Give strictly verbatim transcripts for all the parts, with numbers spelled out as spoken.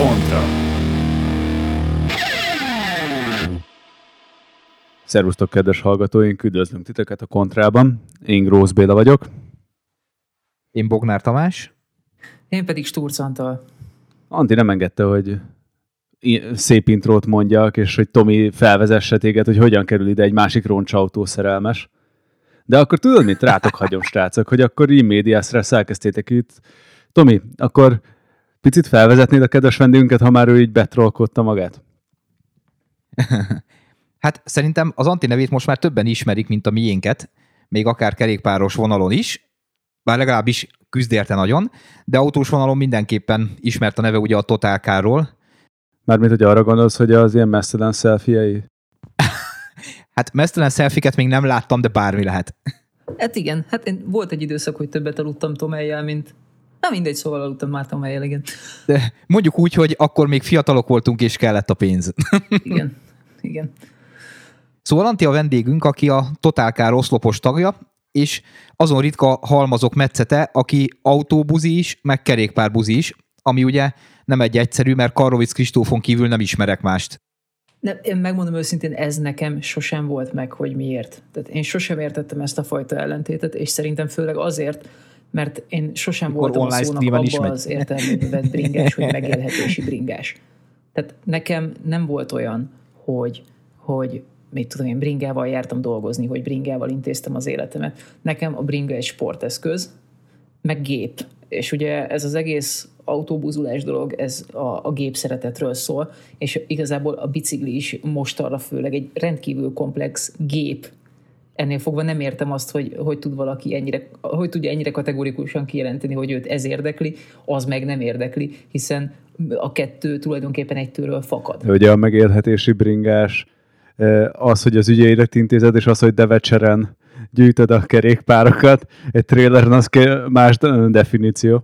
Kontra. Szervusztok, kedves hallgatóink, üdvözlünk titeket a Kontrában. Én Grósz Béla vagyok. Én Bognár Tamás. Én pedig Sturc Antal. Anti nem engedte, hogy szép intrót mondjak, és hogy Tomi felvezesse téged, hogy hogyan kerül ide egy másik roncsautó szerelmes. De akkor tudod, mit rátok hagyom, srácok, hogy akkor in-medias res elkezdtétek itt. Tomi, akkor picit felvezetnéd a kedves vendégünket, ha már ő így betrollkodta magát? Hát szerintem az Anti nevét most már többen ismerik, mint a miénket, még akár kerékpáros vonalon is, bár legalábbis küzd érte nagyon, de autós vonalon mindenképpen ismert a neve ugye a Total Car-ról. Mármint, hogy arra gondolsz, hogy az ilyen mesztelen selfie-ei? Hát mesztelen selfie-ket még nem láttam, de bármi lehet. Hát igen, hát én volt egy időszak, hogy többet aludtam Tomelyjel, mint... Na mindegy, szóval aludtam már Tomelyjel, igen. De mondjuk úgy, hogy akkor még fiatalok voltunk, és kellett a pénz. Igen, igen. Szóval Anti a vendégünk, aki a Total Car oszlopos tagja, és azon ritka halmazok metszete, aki autóbuzi is, meg kerékpárbuzi is, ami ugye nem egy egyszerű, mert Karlovic Kristófon kívül nem ismerek mást. De én megmondom őszintén, ez nekem sosem volt meg, hogy miért. Tehát én sosem értettem ezt a fajta ellentétet, és szerintem főleg azért, mert én sosem Mikor voltam a szónak abban az értelmében vett bringás, hogy megélhetési bringás. Tehát nekem nem volt olyan, hogy, hogy mit tudom én, bringával jártam dolgozni, hogy bringával intéztem az életemet. Nekem a bringa egy sporteszköz, meg gép. És ugye ez az egész autóbuzulás dolog, ez a, a gép szeretetről szól, és igazából a bicikli is mostanra főleg egy rendkívül komplex gép. Ennél fogva nem értem azt, hogy hogy tud valaki ennyire, hogy tudja ennyire kategorikusan kijelenteni, hogy őt ez érdekli, az meg nem érdekli, hiszen a kettő tulajdonképpen egytől fakad. Ugye a megélhetési bringás az, hogy az ügyeidet intézed, és az, hogy devecseren gyűjtöd a kerékpárokat. Egy traileren az más definíció.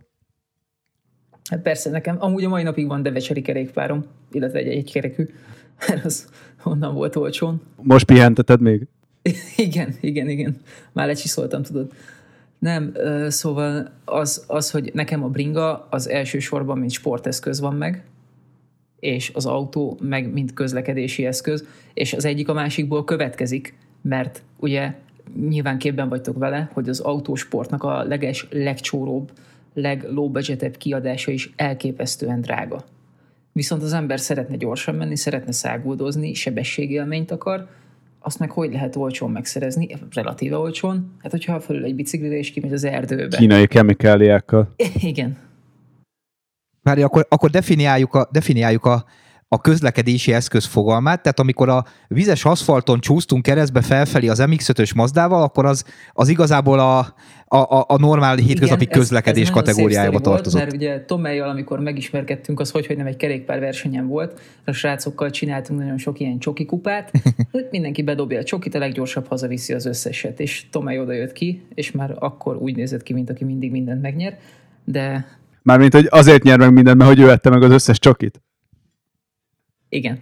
Hát persze, nekem amúgy a mai napig van devecseri kerékpárom, illetve egy egykerekű. Az onnan volt olcsón. Most pihenteted még? Igen, igen, igen. Már lecsiszoltam, tudod. Nem, szóval az, az, hogy nekem a bringa az elsősorban mint sporteszköz van meg, és az autó meg mint közlekedési eszköz, és az egyik a másikból következik, mert ugye nyilván képben vagytok vele, hogy az autósportnak a leges, legcsóróbb, leglow budgetebb kiadása is elképesztően drága. Viszont az ember szeretne gyorsan menni, szeretne száguldozni, sebességélményt akar, azt meg hogy lehet olcsón megszerezni? Relatíve olcsón. Hát, hogyha fölül egy biciklire és kimegy az erdőbe. Kínai kemikáliákkal. Igen. Várj, akkor, akkor definiáljuk, a, definiáljuk a, a közlekedési eszköz fogalmát, tehát amikor a vizes aszfalton csúsztunk keresztbe felfelé az em iksz ötös Mazdával, akkor az, az igazából a, a, a normál hétköznapi igen, közlekedés ez, ez kategóriájába volt, tartozott. Mert ugye Tomellyal, amikor megismerkedtünk, az hogy, hogy nem egy kerékpárversenyen volt, a srácokkal csináltunk nagyon sok ilyen csoki kupát, mindenki bedobja a csokit, a leggyorsabb hazaviszi az összeset, és Tomely oda jött ki, és már akkor úgy nézett ki, mint aki mindig mindent megnyer, de... Mármint, hogy azért nyer meg mindent, mert hogy ő ette meg az összes csokit. Igen.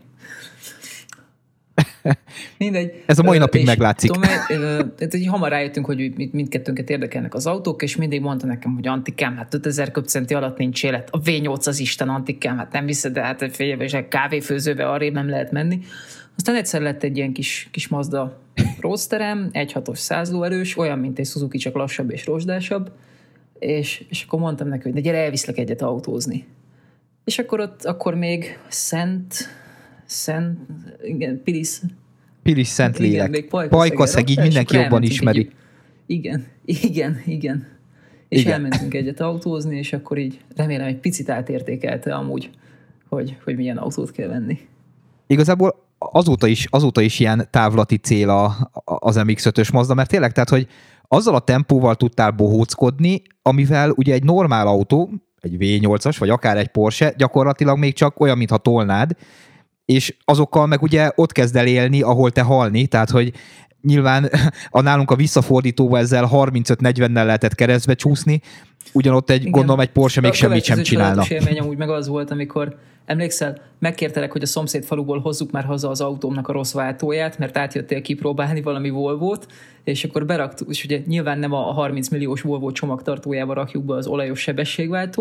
Mindegy. Ez a mai napig meglátszik. Tomely, uh, hamar rájöttünk, hogy mindkettőnket érdekelnek az autók, és mindig mondta nekem, hogy Antikám, hát ötezer köbcenti alatt nincs élet. A vé nyolc az Isten, Antikám, hát nem viszed, de hát egy kávéfőzőbe arrébb nem lehet menni. Aztán egyszer lett egy ilyen kis, kis Mazda Roadsterem, egy hatos száz lóerős, olyan, mint egy Suzuki, csak lassabb és rozsdásabb, és, és akkor mondtam neki, hogy de gyere, elviszlek egyet autózni. És akkor ott, akkor még Szent, Szent, igen, Pilis, Pilis Szentlélek. Pajkaszeg, így mindenki jobban ismeri. Egy, igen, igen, igen. És igen. Elmentünk egyet autózni, és akkor így remélem egy picit átértékelte amúgy, hogy, hogy milyen autót kell venni. Igazából azóta is, azóta is ilyen távlati cél a, az em iksz ötös Mazda, mert tényleg, tehát, hogy azzal a tempóval tudtál bohóckodni, amivel ugye egy normál autó, egy vé nyolcas, vagy akár egy Porsche, gyakorlatilag még csak olyan, mintha tolnád, és azokkal meg ugye ott kezd el élni, ahol te halni, tehát, hogy nyilván a nálunk a visszafordítóval ezzel harmincöt-negyvennel lehetett keresztbe csúszni, ugyanott egy, igen, gondolom egy Porsche még semmit sem csinálna. A következő élmény amúgy meg az volt, amikor emlékszel, megkértelek, hogy a szomszéd faluból hozzuk már haza az autómnak a rossz váltóját, mert átjöttél kipróbálni valami Volvót, és akkor beraktuk, és ugye nyilván nem a harminc milliós Volvo csomagtartójába rakjuk be az olajos sebességváltót,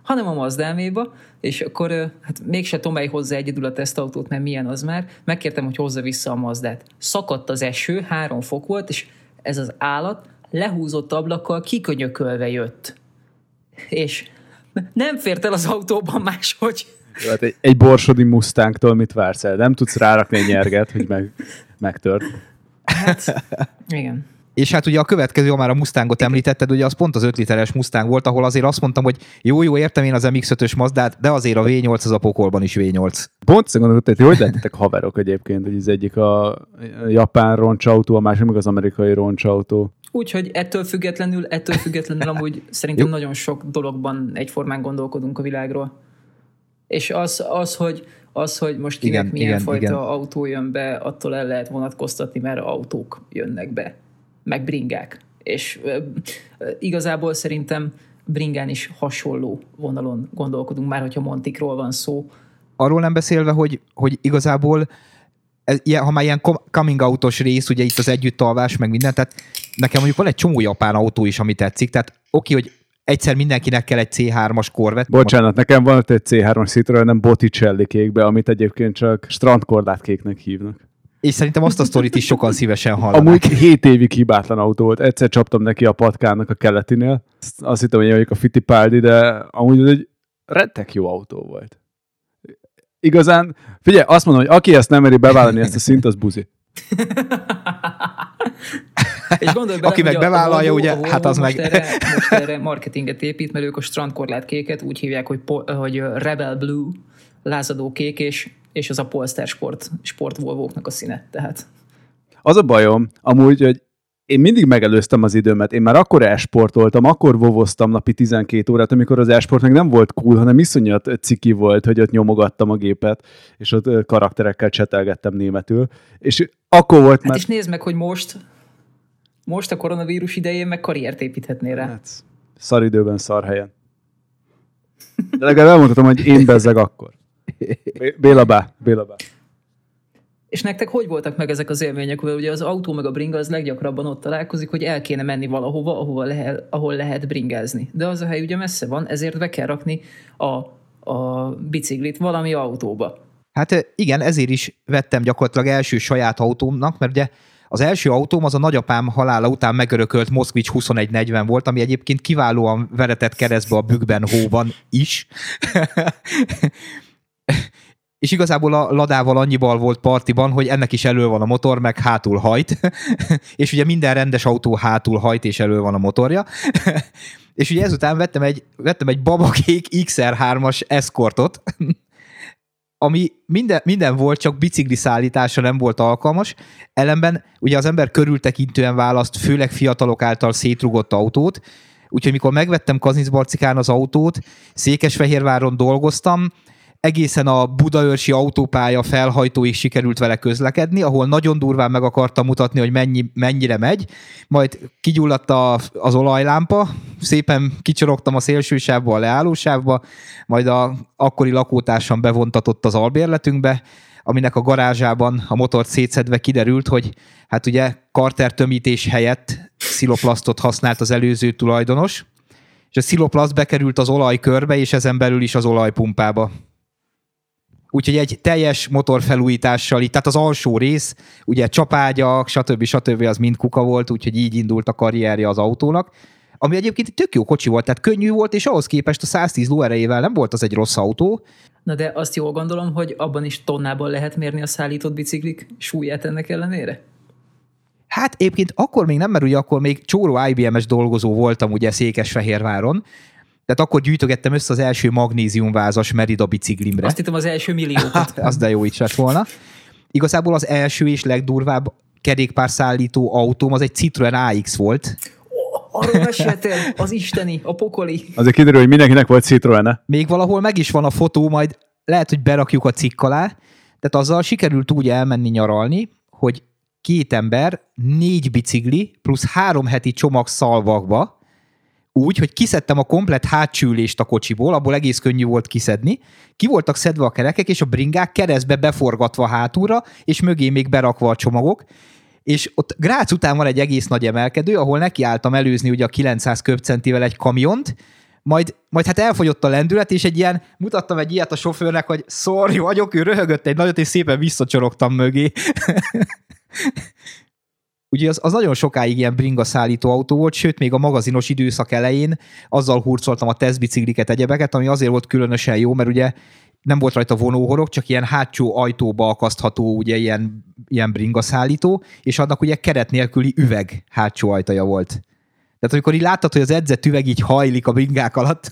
hanem a Mazdáméba, és akkor hát mégse Tomei hozzá egyedül a tesztautót, mert milyen az már. Megkértem, hogy hozza vissza a Mazdát. Szakadt az eső, három fok volt, és ez az állat lehúzott ablakkal kikönyökölve jött. És nem fért el az autóban máshogy. Hát egy, egy borsodi Mustangtól mit vársz el? Nem tudsz rárakni egy nyerget, hogy meg, megtört. Hát, igen. És hát ugye a következő, ha már a Mustangot említetted, ugye az pont az öt literes Mustang volt, ahol azért azt mondtam, hogy jó, jó, értem én az em iksz ötös Mazdát, de azért a vé nyolc az a pokolban is vé nyolc. Pont azt gondolod, hogy hogy lettetek haverok egyébként, hogy az egyik a japán roncsautó, a másik meg az amerikai roncsautó. Úgyhogy ettől függetlenül, ettől függetlenül amúgy szerintem nagyon sok dologban egyformán gondolkodunk a világról. És az, az hogy, az, hogy most kinek igen, milyen igen, fajta igen. autó jön be, attól el lehet vonatkoztatni, mert autók jönnek be, meg bringák. És e, igazából szerintem bringán is hasonló vonalon gondolkodunk, már hogyha Montikról van szó. Arról nem beszélve, hogy, hogy igazából ez, ilyen, ha már ilyen coming out-os rész, ugye itt az együttalvás, meg minden, tehát nekem mondjuk van egy csomó japán autó is, ami tetszik, tehát oké, hogy egyszer mindenkinek kell egy cé hármas Corvette. Bocsánat, nekem van ott egy cé hármas Citroen, nem Botticelli kékbe, amit egyébként csak strandkorlátkéknek hívnak. És szerintem azt a sztorit is sokan szívesen hallanák. Amúgy hét évig hibátlan autó volt. Egyszer csaptam neki a patkának a keletinél. Azt hittem, hogy vagyok a Fittipaldi, de amúgy ez egy rettek jó autó volt. Igazán, figyelj, azt mondom, hogy aki ezt nem meri bevállalni, ezt a szint, az buzi. És gondolj bele, aki meg bevállalja, ugye, a hát az most meg... Erre, most erre marketinget épít, mert ők a strandkorlát kéket úgy hívják, hogy, po, hogy Rebel Blue, lázadó kék, és, és az a Polestar sport, sport Volvóknak a színe. Tehát. Az a bajom, amúgy, hogy én mindig megelőztem az időmet. Én már akkor e-sportoltam, akkor vovoztam napi tizenkét órát, amikor az e-sport meg nem volt cool, hanem iszonyat ciki volt, hogy ott nyomogattam a gépet, és ott karakterekkel csetelgettem németül. És akkor volt hát már... és nézd meg, hogy most, most a koronavírus idején meg karriert építhetnél rá. Hát, szar időben, szar helyen. De legalább elmondhatom, hogy én bezzeg akkor. Béla bá, Béla bá. És nektek hogy voltak meg ezek az élmények? Mert ugye az autó meg a bringa az leggyakrabban ott találkozik, hogy el kéne menni valahova, ahova lehet, ahol lehet bringázni. De az a hely ugye messze van, ezért be kell rakni a, a biciklit valami autóba. Hát igen, ezért is vettem gyakorlatilag első saját autómnak, mert ugye az első autóm az a nagyapám halála után megörökölt Moszkvics huszonegy negyven volt, ami egyébként kiválóan veretett keresztbe a bükkben, hóban is. És igazából a Ladával annyival volt partiban, hogy ennek is elő van a motor, meg hátul hajt. És ugye minden rendes autó hátul hajt, és elő van a motorja. És ugye ezután vettem egy, vettem egy babakék iksz er hármas Escortot, ami minden, minden volt, csak bicikli szállításra nem volt alkalmas. Ellenben ugye az ember körültekintően választ, főleg fiatalok által szétrugott autót, úgyhogy mikor megvettem Kaznicbarcikán az autót, Székesfehérváron dolgoztam, egészen a budaörsi autópálya felhajtóig sikerült vele közlekedni, ahol nagyon durván meg akartam mutatni, hogy mennyi, mennyire megy, majd kigyulladt a, az olajlámpa, szépen kicsorogtam a szélsősávba, a leállósávba, majd a akkori lakótársam bevontatott az albérletünkbe, aminek a garázsában a motort szétszedve kiderült, hogy hát ugye karter tömítés helyett sziloplasztot használt az előző tulajdonos, és a sziloplaszt bekerült az olajkörbe, és ezen belül is az olajpumpába. Úgyhogy egy teljes motorfelújítással, így, tehát az alsó rész, ugye csapágyak, stb. stb. Az mind kuka volt, úgyhogy így indult a karrierje az autónak, ami egyébként tök jó kocsi volt, tehát könnyű volt, és ahhoz képest a száztíz lóerejével nem volt az egy rossz autó. Na de azt jól gondolom, hogy abban is tonnában lehet mérni a szállított biciklik súlyát ennek ellenére? Hát egyébként akkor még nem, mert ugye akkor még csóró i bé em-es dolgozó voltam ugye Székesfehérváron, tehát akkor gyűjtögettem össze az első magnéziumvázas Merida biciklimre. Azt hittem az első milliókat. Az de jó így lett volna. Igazából az első és legdurvább kerékpárszállító autóm az egy Citroen á iksz volt. Oh, arról meséltél, az isteni, a pokoli. Azért kiderül, hogy mindenkinek volt Citroene. Még valahol meg is van a fotó, majd lehet, hogy berakjuk a cikk alá. Tehát azzal sikerült úgy elmenni nyaralni, hogy két ember, négy bicikli, plusz három heti csomag szalvakba, úgy, hogy kiszedtem a komplett hátsülést a kocsiból, abból egész könnyű volt kiszedni, ki voltak szedve a kerekek, és a bringák keresztbe beforgatva hátulra, és mögé még berakva a csomagok, és ott Grác után van egy egész nagy emelkedő, ahol nekiálltam előzni ugye a kilencszáz köbcentivel egy kamiont, majd, majd hát elfogyott a lendület, és egy ilyen, mutattam egy ilyet a sofőrnek, hogy sorry vagyok, ő röhögött egy nagyot, és szépen visszacsorogtam mögé. Ugye az, az nagyon sokáig ilyen bringa szállító autó volt, sőt, még a magazinos időszak elején azzal hurcoltam a tesztbicikliket, egyebeket, ami azért volt különösen jó, mert ugye nem volt rajta vonóhorog, csak ilyen hátsó ajtóba akasztható, ugye ilyen, ilyen bringa szállító, és annak ugye keret nélküli üveg hátsó ajtaja volt. Tehát amikor így láttad, hogy az edzett üveg így hajlik a bringák alatt.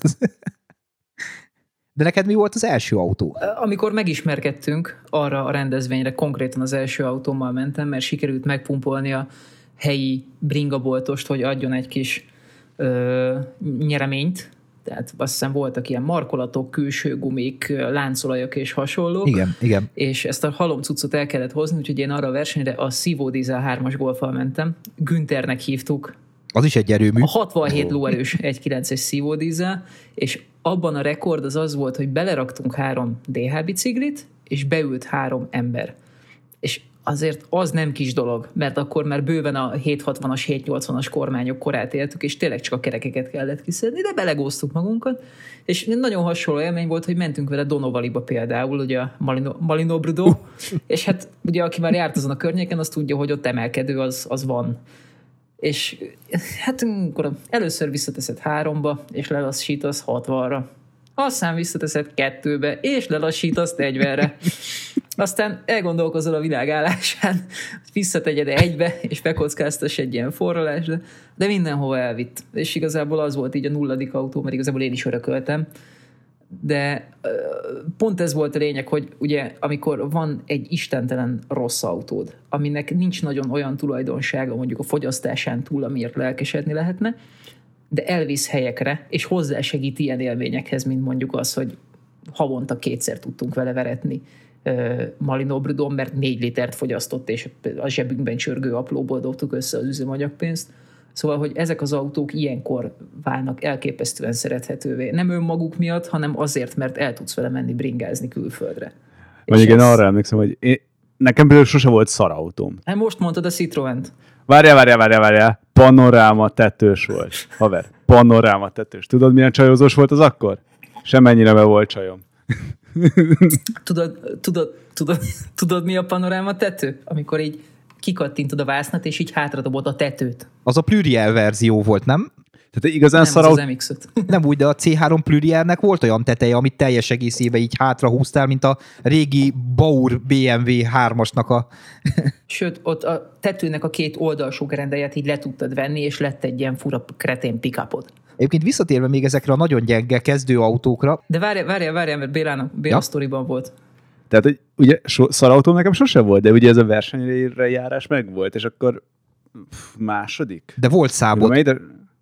De neked mi volt az első autó? Amikor megismerkedtünk arra a rendezvényre, konkrétan az első autómmal mentem, mert sikerült megpumpolni a helyi bringaboltost, hogy adjon egy kis ö, nyereményt. Tehát azt hiszem voltak ilyen markolatok, külső gumik, láncolajok és hasonlók. Igen, igen. És ezt a halom cuccot el kellett hozni, úgyhogy én arra a versenyre a Szívó Diesel hármas Golffal mentem. Günthernek hívtuk. Az is egy erőmű. A hatvanhét lóerős egy kilences Szívó Diesel, és abban a rekord az az volt, hogy beleraktunk három dé há biciklit, és beült három ember. És azért az nem kis dolog, mert akkor már bőven a hétszázhatvanas, hétszáznyolcvanas kormányok korát éltük, és tényleg csak a kerekeket kellett kiszedni, de belegóztuk magunkat, és nagyon hasonló élmény volt, hogy mentünk vele Donovaliba például, ugye a Malino, Malino Brudo, és hát ugye aki már járt azon a környéken, az tudja, hogy ott emelkedő az, az van. És hát amikor először visszateszed háromba, és lelassítasz hatvanra. Aztán visszateszed kettőbe, és lelassítasz negyvenre. Aztán elgondolkozol a világ állásán, visszategyed egybe, és bekockáztass egy ilyen forralás, de, de mindenhova elvitt. És igazából az volt így a nulladik autó, mert igazából én is örököltem. De pont ez volt a lényeg, hogy ugye amikor van egy istentelen rossz autód, aminek nincs nagyon olyan tulajdonsága mondjuk a fogyasztásán túl, amiért lelkesedni lehetne, de elvisz helyekre, és hozzásegít ilyen élményekhez, mint mondjuk az, hogy havonta kétszer tudtunk vele veretni Malino Brudon, mert négy litert fogyasztott, és a zsebünkben csörgő aplóból dobtuk össze az üzemanyagpénzt. Szóval, hogy ezek az autók ilyenkor válnak elképesztően szerethetővé. Nem önmaguk miatt, hanem azért, mert el tudsz vele menni bringázni külföldre. Mondjuk én ez... arra emlékszem, hogy én, nekem például sose volt szarautóm. Hát most mondtad a Citroent. Várjál, várjál, várjál, várjál. Panoráma tetős volt. Haver, panoráma tetős. Tudod, milyen csajozós volt az akkor? Semennyire be volt csajom. tudod, tudod, tudod, tudod, mi a panoráma tető? Amikor így kikattintod a vásznat, és így hátradobod a tetőt. Az a Pluriel verzió volt, nem? Tehát igazán nem, szaraut... az az em iksz öt. Nem úgy, de a cé három Plurielnek volt olyan teteje, amit teljes egészébe így hátra húztál, mint a régi Bauer bé em vé hármasnak a... Sőt, ott a tetőnek a két oldalsó gerendelyet így le tudtad venni, és lett egy ilyen fura kretén pick-upod. Egyébként visszatérve még ezekre a nagyon gyenge kezdőautókra. De várjál, várjál, várjál, mert Bélának, Béla ja? sztoriban volt. Tehát, hogy ugye so, szarautóm nekem sose volt, de ugye ez a versenyre járás meg volt, és akkor pff, második. De volt számod. De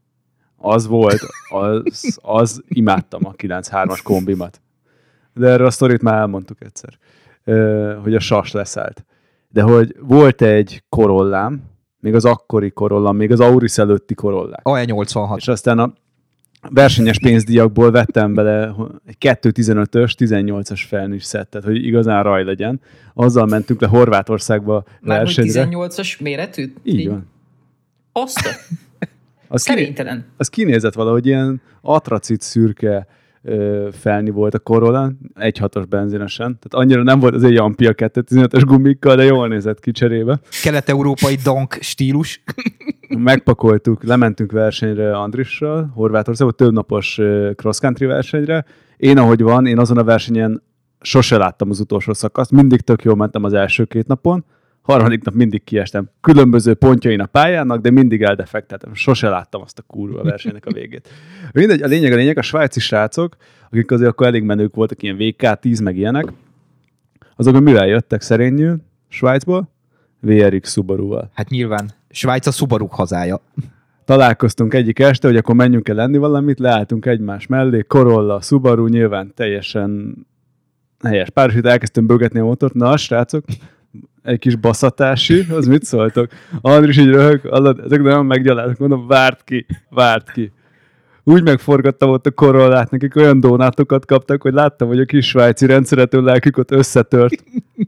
az volt, az, az imádtam a kilenc hármas kombimat. De erről a sztorit már elmondtuk egyszer, hogy a sas leszállt. De hogy volt egy Corollám, még az akkori Corollám, még az Auris előtti Corollák. á e nyolcvanhat. És aztán a versenyes pénzdiakból vettem bele egy kettő tizenötös, tizennyolcas felnős szettet, hogy igazán raj legyen. Azzal mentünk le Horvátországba már versenyre. Már tizennyolcas méretű? Így, így van. Azt a... Az szerénytelen. Kiné... Az kinézett valahogy ilyen atracit szürke ö, felni volt a Corollán, egy hatos benzinesen. Tehát annyira nem volt az egy Jampi a kettő tizenötös gumikkal, de jól nézett ki cserébe. Kelet-európai dank stílus. Megpakoltuk, lementünk versenyre Andrissal, Horvátországban, több napos cross-country versenyre. Én, ahogy van, én azon a versenyen sose láttam az utolsó szakaszt, mindig tök jól mentem az első két napon, harmadik nap mindig kiestem. Különböző pontjain a pályának, de mindig eldefekteltem. Sose láttam azt a kurva versenynek a végét. Mindegy, a lényeg a lényeg, a svájci srácok, akik azért akkor elég menők voltak, ilyen vé ká tíz meg ilyenek, azok mivel jöttek szerényül Svájcból? vé er iksz Subaruval. Hát nyilván. Svájc a Subaruk hazája. Találkoztunk egyik este, hogy akkor menjünk el lenni valamit, leálltunk egymás mellé, Corolla, Subaru, nyilván teljesen helyes párosít, elkezdtem bögetni a motort, na srácok, egy kis baszatási, az mit szóltok? Andris így röhög, ezek nagyon meggyalázok, mondom, várt ki, várt ki. Úgy megforgattam ott a Corollát, nekik olyan dónátokat kaptak, hogy láttam, hogy a kis svájci rendszerető lelkük ott összetört.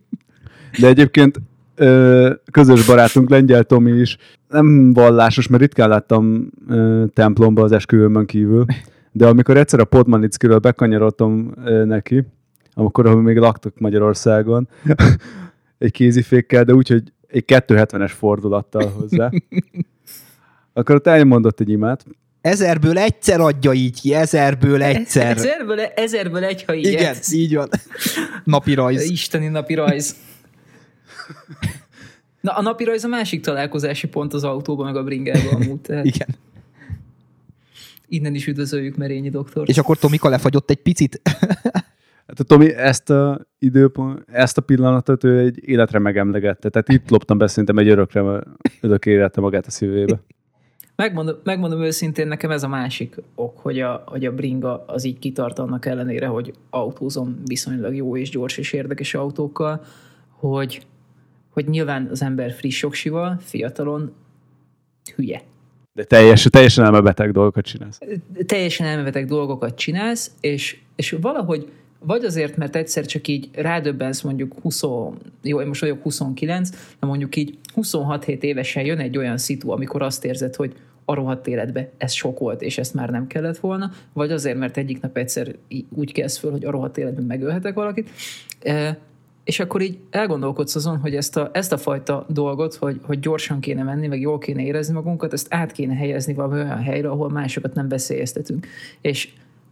De egyébként közös barátunk, Lengyel Tomi is, nem vallásos, mert ritkán láttam templomba az esküvőmön kívül, De amikor egyszer a Podmanickiről bekanyarodtam neki, amikor ahol még laktak Magyarországon, egy kézifékkel, de úgy, hogy egy kétszázhetvenes fordulattal hozzá, akkor ott elmondott egy imát. Ezerből egyszer adja így ki, ezerből egyszer. Ezerből, ezerből egy, ha így Igen, edsz. így van. Napi rajz. Isteni napi rajz. Na, a napi rajz a másik találkozási pont az autóban, meg a bringában amúgy. Tehát Igen. innen is üdvözöljük Merényi doktort. És akkor Tomika lefagyott egy picit. Hát a Tomi ezt a időpont, ezt a pillanatot ő egy életre megemlegette. Tehát itt loptam be szerintem egy örökre, örök érette magát a szívébe. Megmondom, megmondom őszintén, nekem ez a másik ok, hogy a, hogy a bringa az így kitart annak ellenére, hogy autózom viszonylag jó és gyors és érdekes autókkal, hogy, hogy nyilván az ember friss oksival, fiatalon hülye. De teljes, teljesen elmebeteg dolgokat csinálsz. Teljesen elmebeteg dolgokat csinálsz, és, és valahogy vagy azért, mert egyszer csak így rádöbbensz mondjuk húsz, jó, én most vagyok huszonkilenc, de mondjuk így huszonhat-hét évesen jön egy olyan szitu, amikor azt érzed, hogy a rohadt életbe ez sok volt, és ezt már nem kellett volna, vagy azért, mert egyik nap egyszer úgy kezd föl, hogy a rohadt életben megölhetek valakit, e, és akkor így elgondolkodsz azon, hogy ezt a, ezt a fajta dolgot, hogy, hogy gyorsan kéne menni, meg jól kéne érezni magunkat, ezt át kéne helyezni valami olyan helyre, ahol másokat nem veszélyeztetünk. És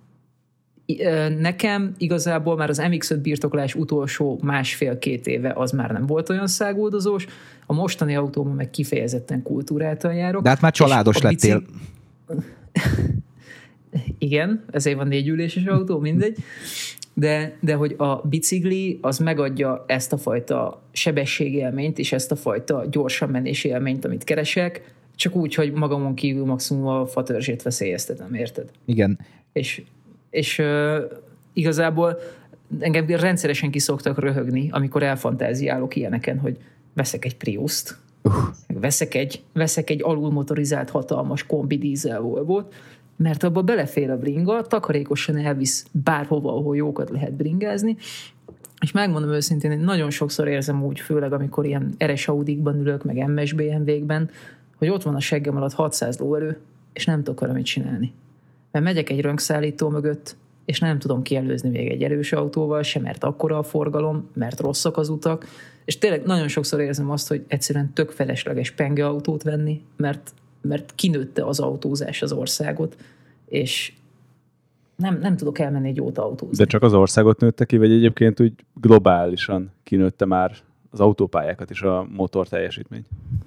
nekem igazából már az em iksz öt birtoklás utolsó másfél-két éve az már nem volt olyan száguldozós, a mostani autóban meg kifejezetten kultúráltan járok. De hát már családos lettél. Bicik... Igen, ezért van négy üléses autó, mindegy. De, de hogy a bicikli az megadja ezt a fajta sebességélményt és ezt a fajta gyorsan menés élményt, amit keresek, csak úgy, hogy magamon kívül maximum a fatörzsét veszélyeztetem, érted? Igen. És És uh, igazából engem rendszeresen ki szoktak röhögni, amikor elfantáziálok ilyeneken, hogy veszek egy Priust, uh. veszek egy, veszek egy alulmotorizált hatalmas kombi dízel Volvót, mert abba belefér a bringa, takarékosan elvisz bárhova, ahol jókat lehet bringázni, és megmondom őszintén, hogy nagyon sokszor érzem úgy, főleg amikor ilyen eres Audikban ülök, meg em es bé em vékben, hogy ott van a seggem alatt hatszáz lóerő, és nem tudok arra mit csinálni. Mert megyek egy rönkszállító mögött, és nem tudom kielőzni még egy erős autóval sem, mert akkora a forgalom, mert rosszak az utak, és tényleg nagyon sokszor érzem azt, hogy egyszerűen tök felesleges penge autót venni, mert, mert kinőtte az autózás az országot, és nem, nem tudok elmenni egy jót autózni. De csak az országot nőtte ki, vagy egyébként úgy globálisan kinőtte már az autópályákat és a motor teljesítményt?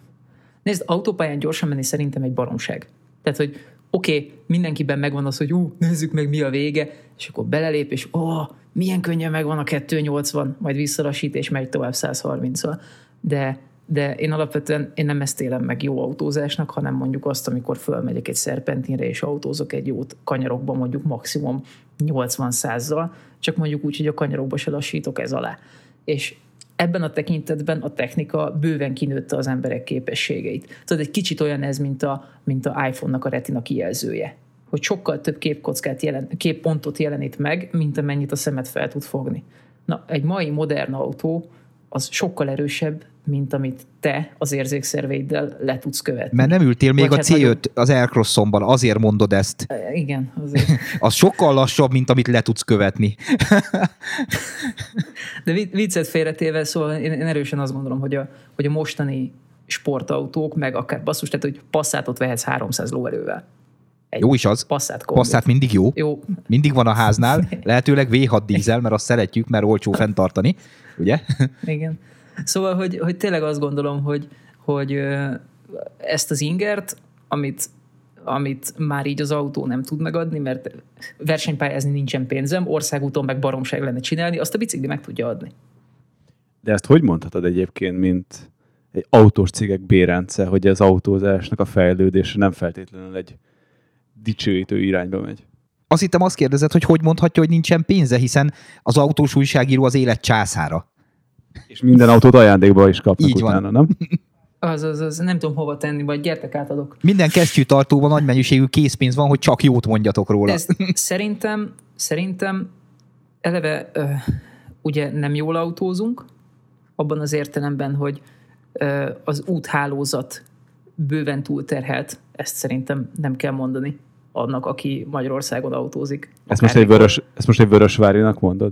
Nézd, autópályán gyorsan menni szerintem egy baromság. Tehát, hogy oké, okay, mindenkiben megvan az, hogy ú, nézzük meg, mi a vége, és akkor belelép, és ó, oh, milyen könnyen megvan a kétszáznyolcvan, majd visszalassít, és megy tovább száz harminccal. De, de én alapvetően én nem ezt élem meg jó autózásnak, hanem mondjuk azt, amikor fölmegyek egy szerpentinre, és autózok egy jót kanyarokban mondjuk maximum nyolcvan-százzal, csak mondjuk úgy, hogy a kanyarokba se lassítok ez alá. És ebben a tekintetben a technika bőven kinőtte az emberek képességeit. Tudod, egy kicsit olyan ez, mint a, mint a iPhone-nak a retina kijelzője. Hogy sokkal több képkockát jelen, képpontot jelenít meg, mint amennyit a szemed fel tud fogni. Na, egy mai modern autó az sokkal erősebb, mint amit te az érzékszerveiddel le tudsz követni. Mert nem ültél még Vagy a hát cé öt nagyon... az Aircross-omban, azért mondod ezt. Igen, azért. Az sokkal lassabb, mint amit le tudsz követni. De viccet félretéve, szóval én erősen azt gondolom, hogy a, hogy a mostani sportautók, meg akár basszus, tehát hogy Passatot vehetsz háromszáz lóerővel. Egy jó is az. Passat kombit. Passat mindig jó. jó. Mindig van a háznál. Lehetőleg vé hat dízel, mert azt szeretjük, mert olcsó fenntartani. Ugye? Igen. Szóval, hogy, hogy tényleg azt gondolom, hogy, hogy ezt az ingert, amit, amit már így az autó nem tud megadni, mert versenypályázni nincsen pénzem, országúton meg baromság lenne csinálni, azt a bicikli meg tudja adni. De ezt hogy mondhatod egyébként, mint egy autós cégek bérence, hogy az autózásnak a fejlődése nem feltétlenül egy dicsőítő irányba megy? Azt hittem, azt kérdezed, hogy hogy mondhatja, hogy nincsen pénze, hiszen az autós újságíró az élet császára. És minden autót ajándékba is kapnak így utána, van. nem? Az, az, az, nem tudom hova tenni, vagy gyertek átadok. Minden kesztyűtartóban nagy mennyiségű készpénz van, hogy csak jót mondjatok róla. Ezt szerintem, szerintem eleve uh, ugye nem jól autózunk, abban az értelemben, hogy uh, az úthálózat bőven túlterhelt, ezt szerintem nem kell mondani. annak, aki Magyarországon autózik. Ezt most, egy vörös, ezt most egy Vörösvárinak mondod?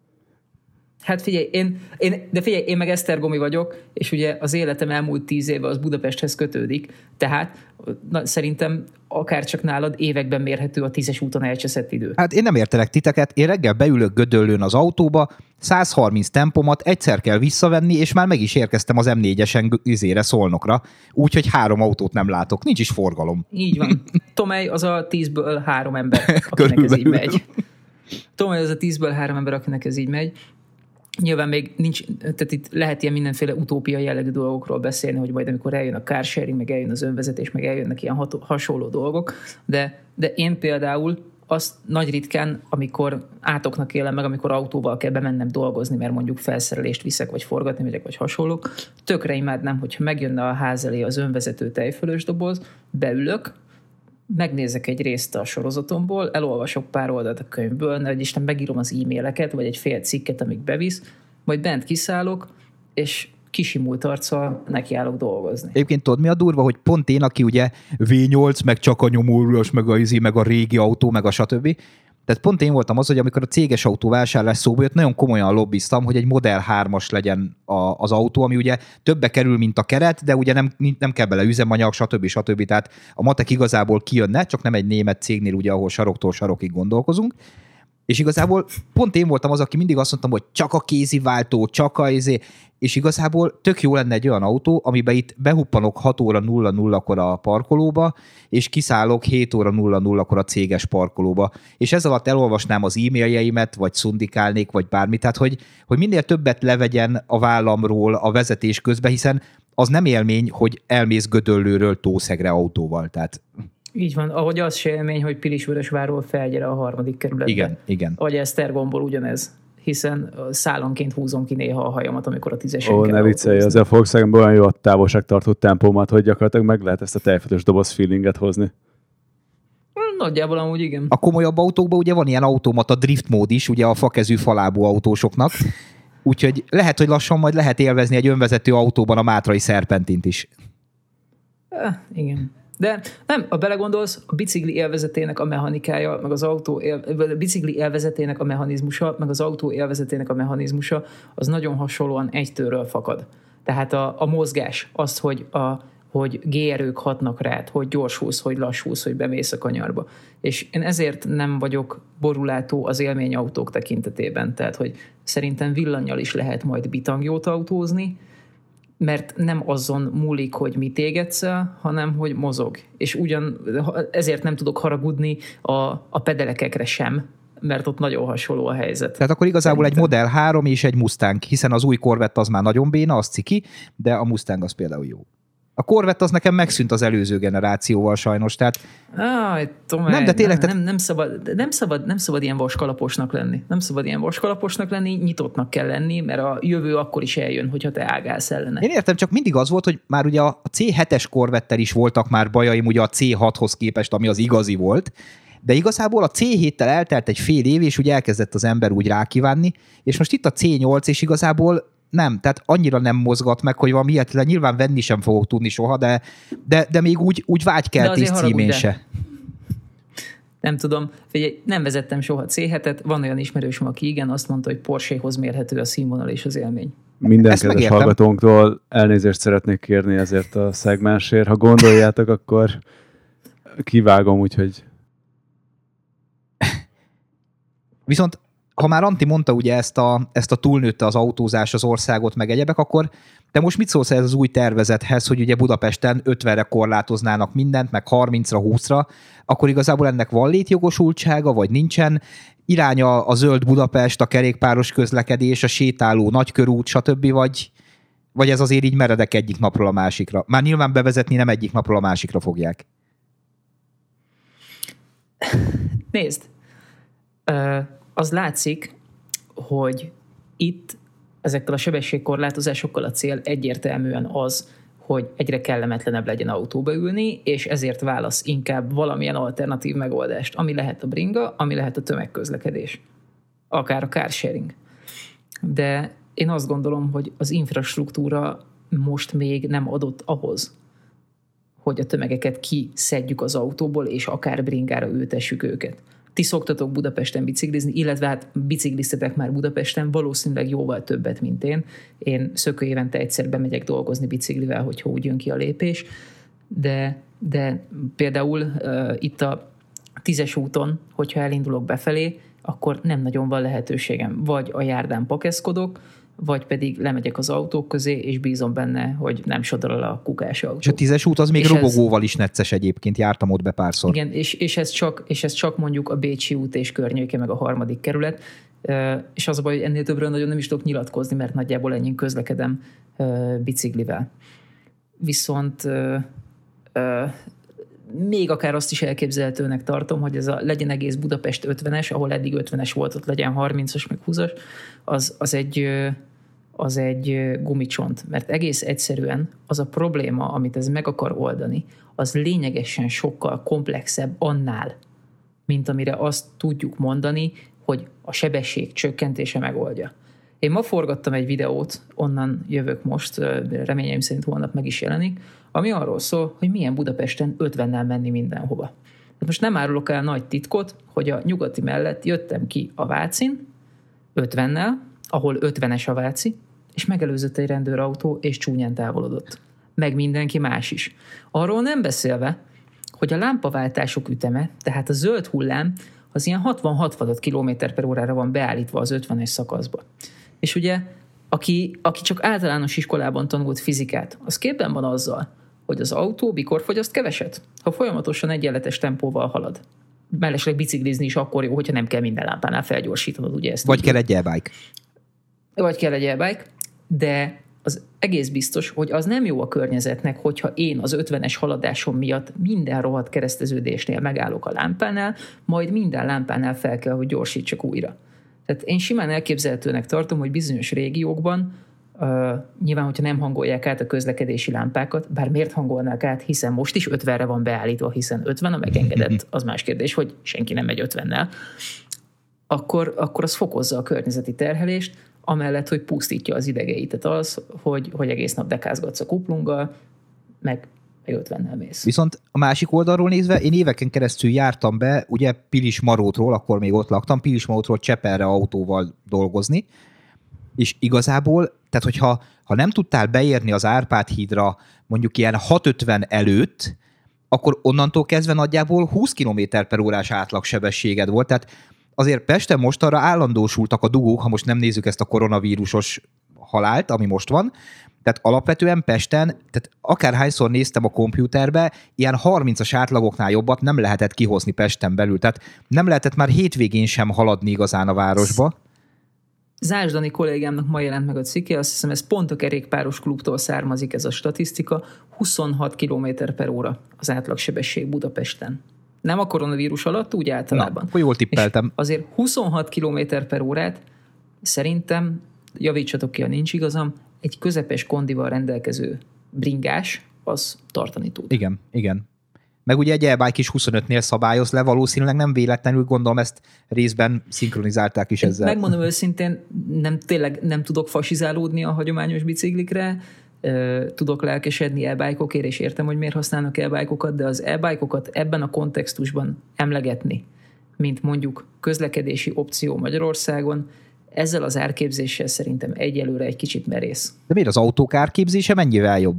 Hát figyelj, én, én, de figyelj, én meg esztergomi vagyok, és ugye az életem elmúlt tíz éve az Budapesthez kötődik, tehát na, szerintem akár csak nálad években mérhető a tízes úton elcseszett idő. Hát én nem értelek titeket, én reggel beülök Gödöllőn az autóba, száz harminc tempomat egyszer kell visszavenni, és már meg is érkeztem az em négyesen üzére Szolnokra, úgyhogy három autót nem látok, nincs is forgalom. Így van. Tomej az a tízből három ember, akinek ez így megy. Tomej az a tízből három ember, akinek ez így megy. Nyilván még nincs, tehát itt lehet ilyen mindenféle utópia jellegű dolgokról beszélni, hogy majd amikor eljön a carsharing, meg eljön az önvezetés, meg eljönnek ilyen hat- hasonló dolgok, de, de én például azt nagy ritkán, amikor átoknak élem meg, amikor autóval kell bemennem dolgozni, mert mondjuk felszerelést viszek, vagy forgatni megyek, vagy hasonlók, tökre imádnám, hogyha megjönne a ház elé az önvezető tejfölös doboz, beülök, megnézek egy részt a sorozatomból, elolvasok pár oldalt a könyvből, vagy Isten megírom az e-maileket, vagy egy fél cikket, amíg bevisz, majd bent kiszállok, és kisimult arccal nekiállok dolgozni. Egyébként tudod, mi a durva, hogy pont én, aki ugye vé nyolc, meg csak a nyomórulós, meg a izi, meg a régi autó, meg a stb. Tehát pont én voltam az, hogy amikor a céges autó vásárlás szóba jött, nagyon komolyan lobbiztam, hogy egy Model hármas legyen a, az autó, ami ugye többe kerül, mint a keret, de ugye nem, nem kell bele üzemanyag, stb. stb. Tehát a matek igazából kijönne, csak nem egy német cégnél, ugye, ahol saroktól sarokig gondolkozunk. És igazából pont én voltam az, aki mindig azt mondtam, hogy csak a kézi váltó, csak a izé, és igazából tök jó lenne egy olyan autó, amiben itt behuppanok hat óra nulla nullakor a parkolóba, és kiszállok hét óra nulla nullakor a céges parkolóba. És ez alatt elolvasnám az e-mailjeimet, vagy szundikálnék, vagy bármit. Tehát, hogy, hogy minél többet levegyen a vállamról a vezetés közben, hiszen az nem élmény, hogy elmész Gödöllőről Tószegre autóval. Tehát... Így van, ahogy az se élmény, hogy Pilisvörösvárról felgyere a harmadik kerületbe. Igen, igen. Vagy Esztergomból ugyanez, hiszen szálonként húzom ki néha a hajamat, amikor a tízesen Ó, kell ne viccelj, az a Volkswagenben olyan jó a távolságtartó tempómat, hogy gyakorlatilag meg lehet ezt a tejfölös doboz feelinget hozni. Nagyjából amúgy igen. A komolyabb autókban ugye van ilyen automata drift mód is, ugye a fakezű falábú autósoknak, úgyhogy lehet, hogy lassan majd lehet élvezni egy önvezető autóban a Mátrai Szerpentint is. Eh, igen. De nem, ha belegondolsz, a bicikli élvezetének a mechanikája, meg az autó él, a bicikli élvezetének a mechanizmusa, meg az autó élvezetének a mechanizmusa, az nagyon hasonlóan egytőről fakad. Tehát a, a mozgás, azt, hogy, a, hogy gé-erők hatnak rád, hogy gyorsulsz, hogy lassulsz, hogy bemész a kanyarba. És én ezért nem vagyok borulátó az élményautók tekintetében. Tehát, hogy szerintem villannyal is lehet majd bitangjót autózni, mert nem azon múlik, hogy mit égetsz el, hanem hogy mozog. És ugyan ezért nem tudok haragudni a, a pedelekekre sem, mert ott nagyon hasonló a helyzet. Tehát akkor igazából Szerintem. egy Model három és egy Mustang, hiszen az új Corvette az már nagyon béna, az ciki, de a Mustang az például jó. A Corvette az nekem megszűnt az előző generációval sajnos, tehát... Áj, Tomás, nem, de tényleg... Nem, tehát... nem, nem, szabad, nem, szabad, nem szabad ilyen vaskalaposnak lenni. Nem szabad ilyen vaskalaposnak lenni, nyitottnak kell lenni, mert a jövő akkor is eljön, hogyha te ágálsz ellene. Én értem, csak mindig az volt, hogy már ugye a cé hetes Corvette-tel is voltak már bajaim, ugye a cé hathoz képest, ami az igazi volt, de igazából a cé héttel eltelt egy fél év, és úgy elkezdett az ember úgy rákívánni, és most itt a cé nyolc, és igazából nem, tehát annyira nem mozgat meg, hogy valami ilyet, nyilván venni sem fogok tudni soha, de, de, de még úgy, úgy vágykeltés címén se. Nem tudom, figyelj, nem vezettem soha cé hetet, van olyan ismerősöm, aki igen, azt mondta, hogy Porsche-hoz mérhető a színvonal és az élmény. Minden kedves hallgatónktól elnézést szeretnék kérni ezért a szegmensért. Ha gondoljátok, akkor kivágom, úgyhogy... Viszont ha már Antti mondta ugye ezt a, ezt a túlnőtte az autózás az országot, meg egyebek, akkor te most mit szólsz ez az új tervezethez, hogy ugye Budapesten ötvenre korlátoznának mindent, meg harmincra, húszra, akkor igazából ennek van létjogosultsága, vagy nincsen? Iránya a zöld Budapest, a kerékpáros közlekedés, a sétáló nagykörút, stb., vagy, vagy ez azért így meredek egyik napról a másikra? Már nyilván bevezetni nem egyik napról a másikra fogják. Nézd, uh... az látszik, hogy itt ezekkel a sebességkorlátozásokkal a cél egyértelműen az, hogy egyre kellemetlenebb legyen autóba ülni, és ezért válasz inkább valamilyen alternatív megoldást, ami lehet a bringa, ami lehet a tömegközlekedés, akár a carsharing. De én azt gondolom, hogy az infrastruktúra most még nem adott ahhoz, hogy a tömegeket kiszedjük az autóból, és akár bringára ültessük őket. Ti szoktatok Budapesten biciklizni, illetve hát bicikliztetek már Budapesten, valószínűleg jóval többet, mint én. Én szökő évente egyszer bemegyek dolgozni biciklivel, hogyha úgy jön ki a lépés, de, de például uh, itt a tízes úton, hogyha elindulok befelé, akkor nem nagyon van lehetőségem. Vagy a járdán pakeszkodok, vagy pedig lemegyek az autók közé, és bízom benne, hogy nem sodor el a kukás autó. És a tízes út az még és robogóval ez, is necces egyébként, jártam ott be párszor. Igen, és, és, ez csak, és ez csak mondjuk a Bécsi út és környéke, meg a harmadik kerület, és az a baj, hogy ennél többről nagyon nem is tudok nyilatkozni, mert nagyjából ennyi közlekedem biciklivel. Viszont még akár azt is elképzelhetőnek tartom, hogy ez a legyen egész Budapest ötvenes, ahol eddig ötvenes volt, ott legyen harmincas, meg húszas, az, az, egy, az egy gumicsont. Mert egész egyszerűen az a probléma, amit ez meg akar oldani, az lényegesen sokkal komplexebb annál, mint amire azt tudjuk mondani, hogy a sebesség csökkentése megoldja. Én ma forgattam egy videót, onnan jövök most, reményeim szerint holnap meg is jelenik, ami arról szól, hogy milyen Budapesten ötvennel menni mindenhova. Most nem árulok el nagy titkot, hogy a nyugati mellett jöttem ki a Vácin ötvennel, ahol ötvenes a Váci, és megelőzött egy rendőrautó, és csúnyán távolodott. Meg mindenki más is. Arról nem beszélve, hogy a lámpaváltások üteme, tehát a zöld hullám, az ilyen hatvan-hatvanöt kilométer per órára van beállítva az ötvenes szakaszba. És ugye, aki, aki csak általános iskolában tanult fizikát, az képben van azzal, hogy az autó mikor fogyaszt keveset, ha folyamatosan egyenletes tempóval halad. Mellesleg biciklizni is akkor jó, hogyha nem kell minden lámpánál felgyorsítanod, ugye ezt. Vagy kell egy e-bike. Vagy kell egy e-bike, de az egész biztos, hogy az nem jó a környezetnek, hogyha én az ötvenes haladásom miatt minden rohadt kereszteződésnél megállok a lámpánál, majd minden lámpánál fel kell, hogy gyorsítsak újra. Tehát én simán elképzelhetőnek tartom, hogy bizonyos régiókban uh, nyilván, hogyha nem hangolják át a közlekedési lámpákat, bár miért hangolnák át, hiszen most is ötvenre van beállítva, hiszen ötven a megengedett, az más kérdés, hogy senki nem megy ötvennel, akkor, akkor az fokozza a környezeti terhelést, amellett, hogy pusztítja az idegeitet az, hogy, hogy egész nap dekázgatsz a kuplunggal, meg, meg ötvennel mész. Viszont a másik oldalról nézve, én éveken keresztül jártam be, ugye Pilismarótról, akkor még ott laktam, Pilismarótról Csepelre autóval dolgozni, és igazából, tehát hogyha ha nem tudtál beérni az Árpád hídra mondjuk ilyen hatszázötven előtt, akkor onnantól kezdve nagyjából húsz kilométer per órás átlagsebességed volt, tehát azért Pesten mostanra állandósultak a dugók, ha most nem nézzük ezt a koronavírusos halált, ami most van. Tehát alapvetően Pesten, tehát akárhányszor néztem a kompjúterbe, ilyen harmincas átlagoknál jobbat nem lehetett kihozni Pesten belül. Tehát nem lehetett már hétvégén sem haladni igazán a városba. Zás Dani kollégámnak ma jelent meg a cikke, azt hiszem ez pont a kerékpáros klubtól származik ez a statisztika, huszonhat kilométer per óra az átlagsebesség Budapesten. Nem a koronavírus alatt, úgy általában. Na, akkor jól tippeltem. És azért huszonhat kilométer per órát szerintem, javítsatok ki, ha nincs igazam, egy közepes kondival rendelkező bringás, az tartani tud. Igen, igen. Meg ugye egy e-bike is huszonötnél szabályoz le, valószínűleg nem véletlenül, gondolom ezt részben szinkronizálták is ezzel. Megmondom őszintén, nem, tényleg nem tudok fasizálódni a hagyományos biciklikre, tudok lelkesedni e-bike-okért, és értem, hogy miért használnak e-bike-okat, de az e-bike-okat ebben a kontextusban emlegetni, mint mondjuk közlekedési opció Magyarországon, ezzel az árképzéssel szerintem egyelőre egy kicsit merész. De miért az autók árképzése mennyivel jobb?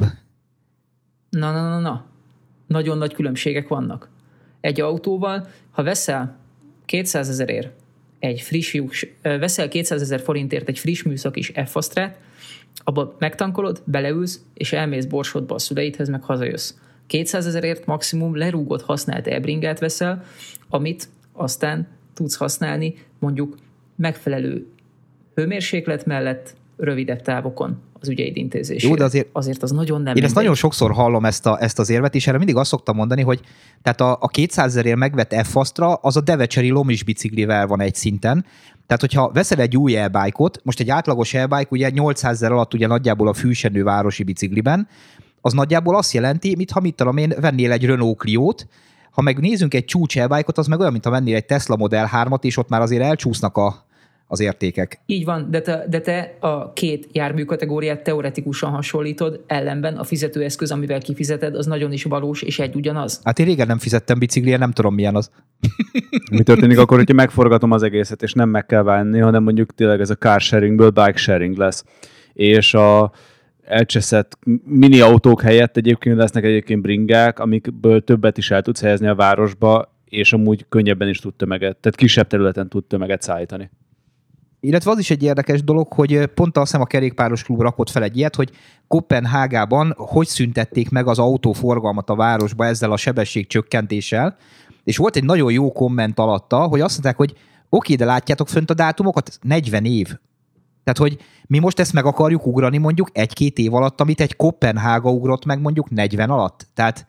Na, na, na, na. Nagyon nagy különbségek vannak. Egy autóval, ha veszel kétszázezerért egy friss, veszel kétszázezer forintért egy friss műszakis F-Astrát, abba megtankolod, beleülsz, és elmész Borsodba a szüleidhez, meg hazajössz. kétszázezerért maximum lerúgott használt e-bringát veszel, amit aztán tudsz használni mondjuk megfelelő hőmérséklet mellett rövidebb távokon az ügyeid intézésére. Jó, de azért, azért az nagyon nem Én mindegy. ezt nagyon sokszor hallom ezt, a, ezt az érvet, és erre mindig azt szoktam mondani, hogy tehát a, a kétszázezerért megvett F-Astra az a Devecseri Lomris biciklivel van egy szinten. Tehát, hogyha veszel egy új e-bike-ot, most egy átlagos e-bike ugye nyolcszázezer alatt ugye nagyjából a fűsenő városi bicikliben, az nagyjából azt jelenti, mintha mit tudom én, vennél egy Renault Cliót, ha megnézzünk egy csúcs e-bike-ot, az meg olyan, mintha vennél egy Tesla Model hármat, és ott már azért elcsúsznak a az értékek. Így van, de te, de te a két jármű kategóriát teoretikusan hasonlítod, ellenben a fizetőeszköz, amivel kifizeted, az nagyon is valós és egy ugyanaz. Hát én régen nem fizettem biciklire, nem tudom milyen az. Mi történik akkor, hogyha megforgatom az egészet, és nem meg kell válni, hanem mondjuk tényleg ez a car sharingből bike sharing lesz. És a elcseszett mini autók helyett egyébként lesznek egyébként bringák, amikből többet is el tudsz helyezni a városba, és amúgy könnyebben is tud tömeget, tehát kisebb területen tud tömeget szállítani. Illetve az is egy érdekes dolog, hogy pont azt hiszem a kerékpáros klub rakott fel egy ilyet, hogy Koppenhágában hogy szüntették meg az autóforgalmat a városba ezzel a sebességcsökkentéssel, és volt egy nagyon jó komment alatta, hogy azt mondták, hogy oké, de látjátok fönt a dátumokat, negyven év. Tehát, hogy mi most ezt meg akarjuk ugrani mondjuk egy-két év alatt, amit egy Koppenhága ugrott meg mondjuk negyven alatt. Tehát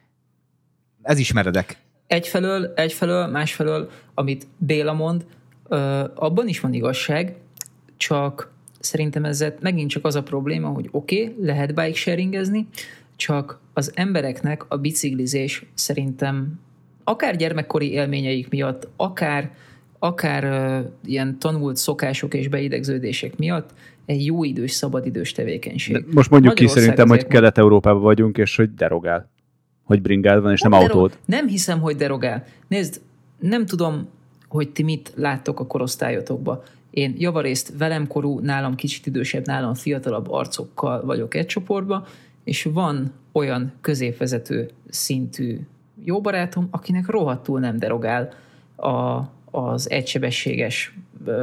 ez is meredek. Egyfelől, egyfelől, másfelől, amit Béla mond, abban is van igazság, csak szerintem ezzel megint csak az a probléma, hogy oké, okay, lehet bike sharingezni, csak az embereknek a biciklizés szerintem akár gyermekkori élményeik miatt, akár, akár uh, ilyen tanult szokások és beidegződések miatt egy jó idős, szabadidős tevékenység. De most mondjuk ki szerintem, hogy Kelet-Európában vagyunk, és hogy derogál. Hogy bringád van, és nem, nem autód. Derog... Nem hiszem, hogy derogál. Nézd, nem tudom, hogy ti mit láttok a korosztályotokba. Én javarészt velem korú, nálam kicsit idősebb, nálam fiatalabb arcokkal vagyok egy csoportban, és van olyan középvezető szintű jó barátom, akinek rohadtul nem derogál a, az egysebességes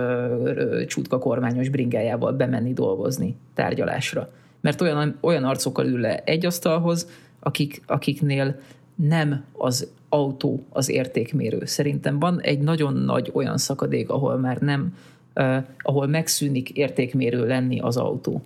csutka kormányos bringájával bemenni dolgozni tárgyalásra. Mert olyan, olyan arcokkal ül le egy asztalhoz, akik, akiknél nem az autó az értékmérő. Szerintem van egy nagyon nagy olyan szakadék, ahol már nem, uh, ahol megszűnik értékmérő lenni az autó.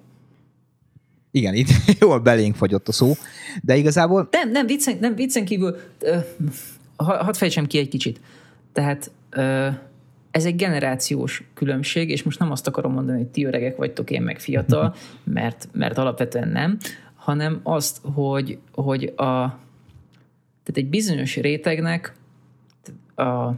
Igen, itt jól belénk fagyott a szó, de igazából... Nem, nem, viccen, nem viccen kívül, uh, hadd fejtsem ki egy kicsit. Tehát uh, ez egy generációs különbség, és most nem azt akarom mondani, hogy ti öregek vagytok, én meg fiatal, mert, mert alapvetően nem, hanem azt, hogy, hogy a Tehát egy bizonyos rétegnek a,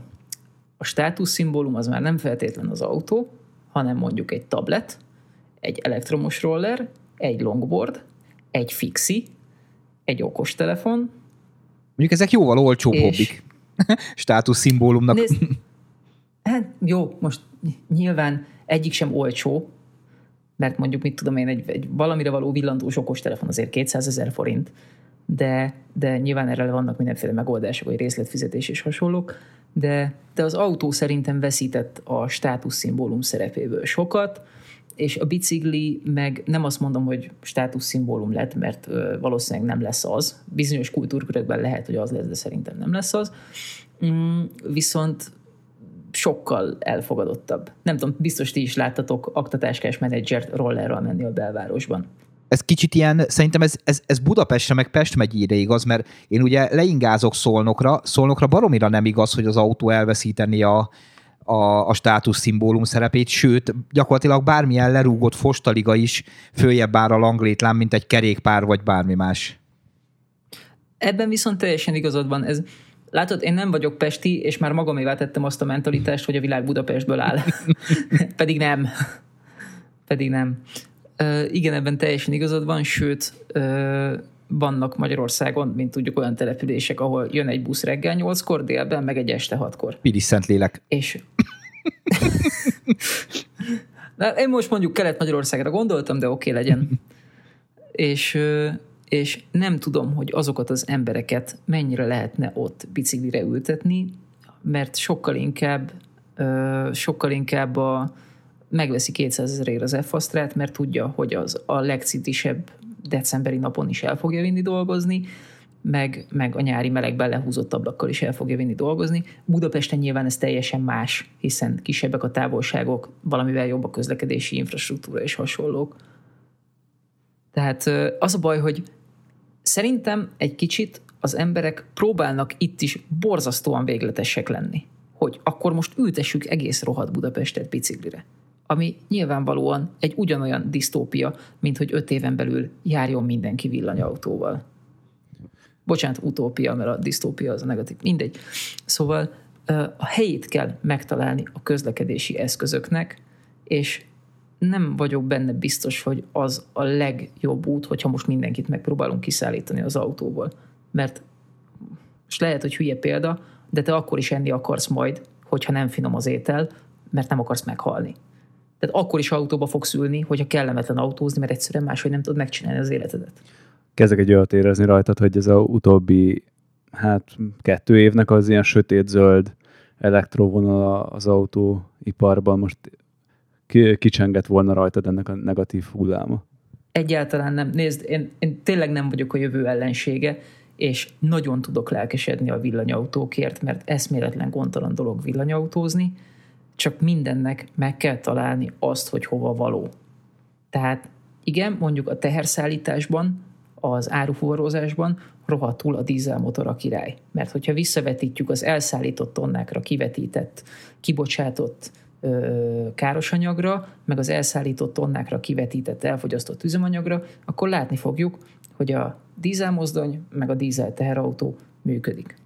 a státuszszimbólum az már nem feltétlen az autó, hanem mondjuk egy tablet, egy elektromos roller, egy longboard, egy fixi, egy okostelefon. Mondjuk ezek jóval olcsóbb és... hobbik. Státuszszimbólumnak. Nézd, hát jó, most nyilván egyik sem olcsó, mert mondjuk mit tudom én, egy, egy valamire való villantós okostelefon azért kétszázezer forint, de, de nyilván erre vannak mindenféle megoldások, vagy részletfizetés és hasonlók, de, de az autó szerintem veszített a státuszszimbólum szerepéből sokat, és a bicikli meg nem azt mondom, hogy státuszszimbólum lett, mert ö, valószínűleg nem lesz az. Bizonyos kultúrkörökben lehet, hogy az lesz, de szerintem nem lesz az. Mm, viszont sokkal elfogadottabb. Nem tudom, biztos ti is láttatok aktatáskás menedzsert rollerral menni a belvárosban. Ez kicsit ilyen, szerintem ez, ez, ez Budapestre meg Pest megyére igaz, mert én ugye leingázok Szolnokra, Szolnokra baromira nem igaz, hogy az autó elveszíteni a, a, a státuszszimbólum szerepét, sőt, gyakorlatilag bármilyen lerúgott fostaliga is följebb áll a langlétlán, mint egy kerékpár vagy bármi más. Ebben viszont teljesen igazad van. Ez, látod, én nem vagyok pesti, és már magamévá tettem azt a mentalitást, hogy a világ Budapestből áll. Pedig nem. Pedig nem. Uh, igen, ebben teljesen igazad van, sőt, uh, vannak Magyarországon, mint tudjuk, olyan települések, ahol jön egy busz reggel nyolckor, délben, meg egy este hatkor. Pilis Szentlélek. És... Na, én most mondjuk Kelet-Magyarországra gondoltam, de oké, okay, legyen. és, uh, és nem tudom, hogy azokat az embereket mennyire lehetne ott biciklire ültetni, mert sokkal inkább, uh, sokkal inkább a megveszi kétszázezerért az F-Astrát, mert tudja, hogy az a legcitisebb decemberi napon is el fogja vinni dolgozni, meg, meg a nyári melegben lehúzott ablakkal is el fogja vinni dolgozni. Budapesten nyilván ez teljesen más, hiszen kisebbek a távolságok, valamivel jobb a közlekedési infrastruktúra és hasonlók. Tehát az a baj, hogy szerintem egy kicsit az emberek próbálnak itt is borzasztóan végletesek lenni, hogy akkor most ültessük egész rohadt Budapestet biciklire. Ami nyilvánvalóan egy ugyanolyan disztópia, mint hogy öt éven belül járjon mindenki villanyautóval. Bocsánat, utópia, mert a disztópia az a negatív. Mindegy. Szóval a helyét kell megtalálni a közlekedési eszközöknek, és nem vagyok benne biztos, hogy az a legjobb út, hogyha most mindenkit megpróbálunk kiszállítani az autóból. Mert most lehet, hogy hülye példa, de te akkor is enni akarsz majd, hogyha nem finom az étel, mert nem akarsz meghalni. Tehát akkor is autóba fogsz ülni, hogyha kellemetlen autózni, mert egyszerűen máshogy nem tudod megcsinálni az életedet. Kezdek egy olyat érezni rajtad, hogy ez a utóbbi hát kettő évnek az ilyen sötét-zöld elektrovonal az autóiparban most kicsengett volna rajtad ennek a negatív hulláma. Egyáltalán nem. Nézd, én, én tényleg nem vagyok a jövő ellensége, és nagyon tudok lelkesedni a villanyautókért, mert eszméletlen gondtalan dolog villanyautózni, csak mindennek meg kell találni azt, hogy hova való. Tehát igen, mondjuk a teherszállításban, az árufuvarozásban rohadtul a dízelmotor a király. Mert hogyha visszavetítjük az elszállított tonnákra kivetített, kibocsátott ö, károsanyagra, meg az elszállított tonnákra kivetített, elfogyasztott üzemanyagra, akkor látni fogjuk, hogy a dízelmozdony meg a dízel teherautó működik.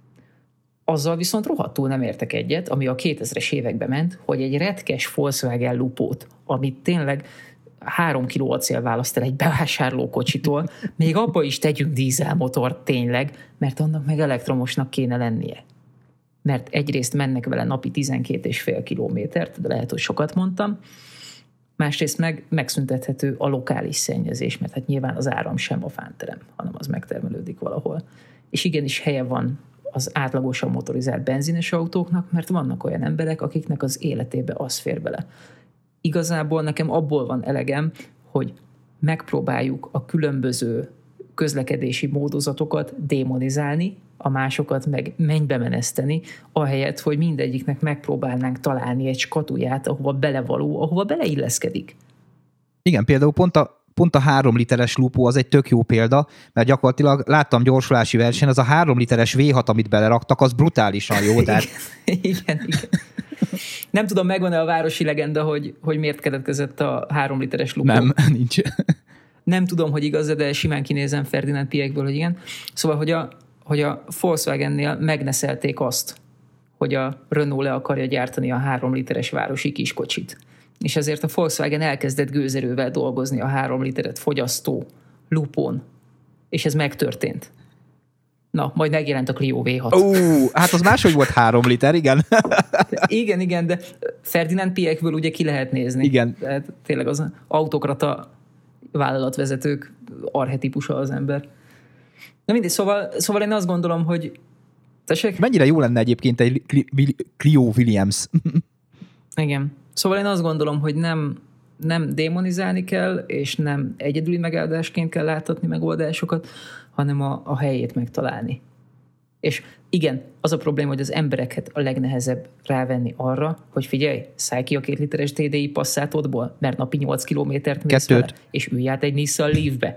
Azzal viszont rohadtul nem értek egyet, ami a kétezres években ment, hogy egy retkes Volkswagen Lupót, amit tényleg három kiló acél választ el egy bevásárlókocsitól, még abba is tegyünk dízelmotort tényleg, mert annak meg elektromosnak kéne lennie. Mert egyrészt mennek vele napi tizenkét és fél kilométert, de lehet, hogy sokat mondtam, másrészt meg megszüntethető a lokális szennyezés, mert hát nyilván az áram sem a fánterem, hanem az megtermelődik valahol. És igenis helye van az átlagosan motorizált benzines autóknak, mert vannak olyan emberek, akiknek az életébe az fér bele. Igazából nekem abból van elegem, hogy megpróbáljuk a különböző közlekedési módozatokat démonizálni, a másokat meg mennybe meneszteni, ahelyett, hogy mindegyiknek megpróbálnánk találni egy skatuját, ahova belevaló, ahova beleilleszkedik. Igen, például pont a, pont a három literes Lupo az egy tök jó példa, mert gyakorlatilag láttam gyorsulási verseny, az a három literes vé hat, amit beleraktak, az brutálisan jó. Tehát... igen, igen, igen. Nem tudom, megvan-e a városi legenda, hogy, hogy miért keletkezett a három literes Lupo. Nem, nincs. Nem tudom, hogy igaz, de simán kinézem Ferdinand Piekből, hogy igen. Szóval, hogy a, hogy a Volkswagennél megneszelték azt, hogy a Renault le akarja gyártani a három literes városi kiskocsit. És ezért a Volkswagen elkezdett gőzerővel dolgozni a három literet fogyasztó Lupón. És ez megtörtént. Na, majd megjelent a Clio vé hat. Ó, hát az máshogy volt három liter, igen. igen, igen, de Ferdinand Piekből ugye ki lehet nézni. Igen. Tehát tényleg az autokrata vállalatvezetők archetipusa az ember. Na mindegy, szóval, szóval én azt gondolom, hogy... Tessék? Mennyire jó lenne egyébként egy Clio Williams. Igen. Szóval én azt gondolom, hogy nem, nem démonizálni kell, és nem egyedüli megoldásként kell láthatni megoldásokat, hanem a, a helyét megtalálni. És igen, az a probléma, hogy az embereket a legnehezebb rávenni arra, hogy figyelj, szállj ki a két literes té dé i Passatodból, mert napi nyolc kilométert mész vele, és ülj át egy Nissan Leaf-be.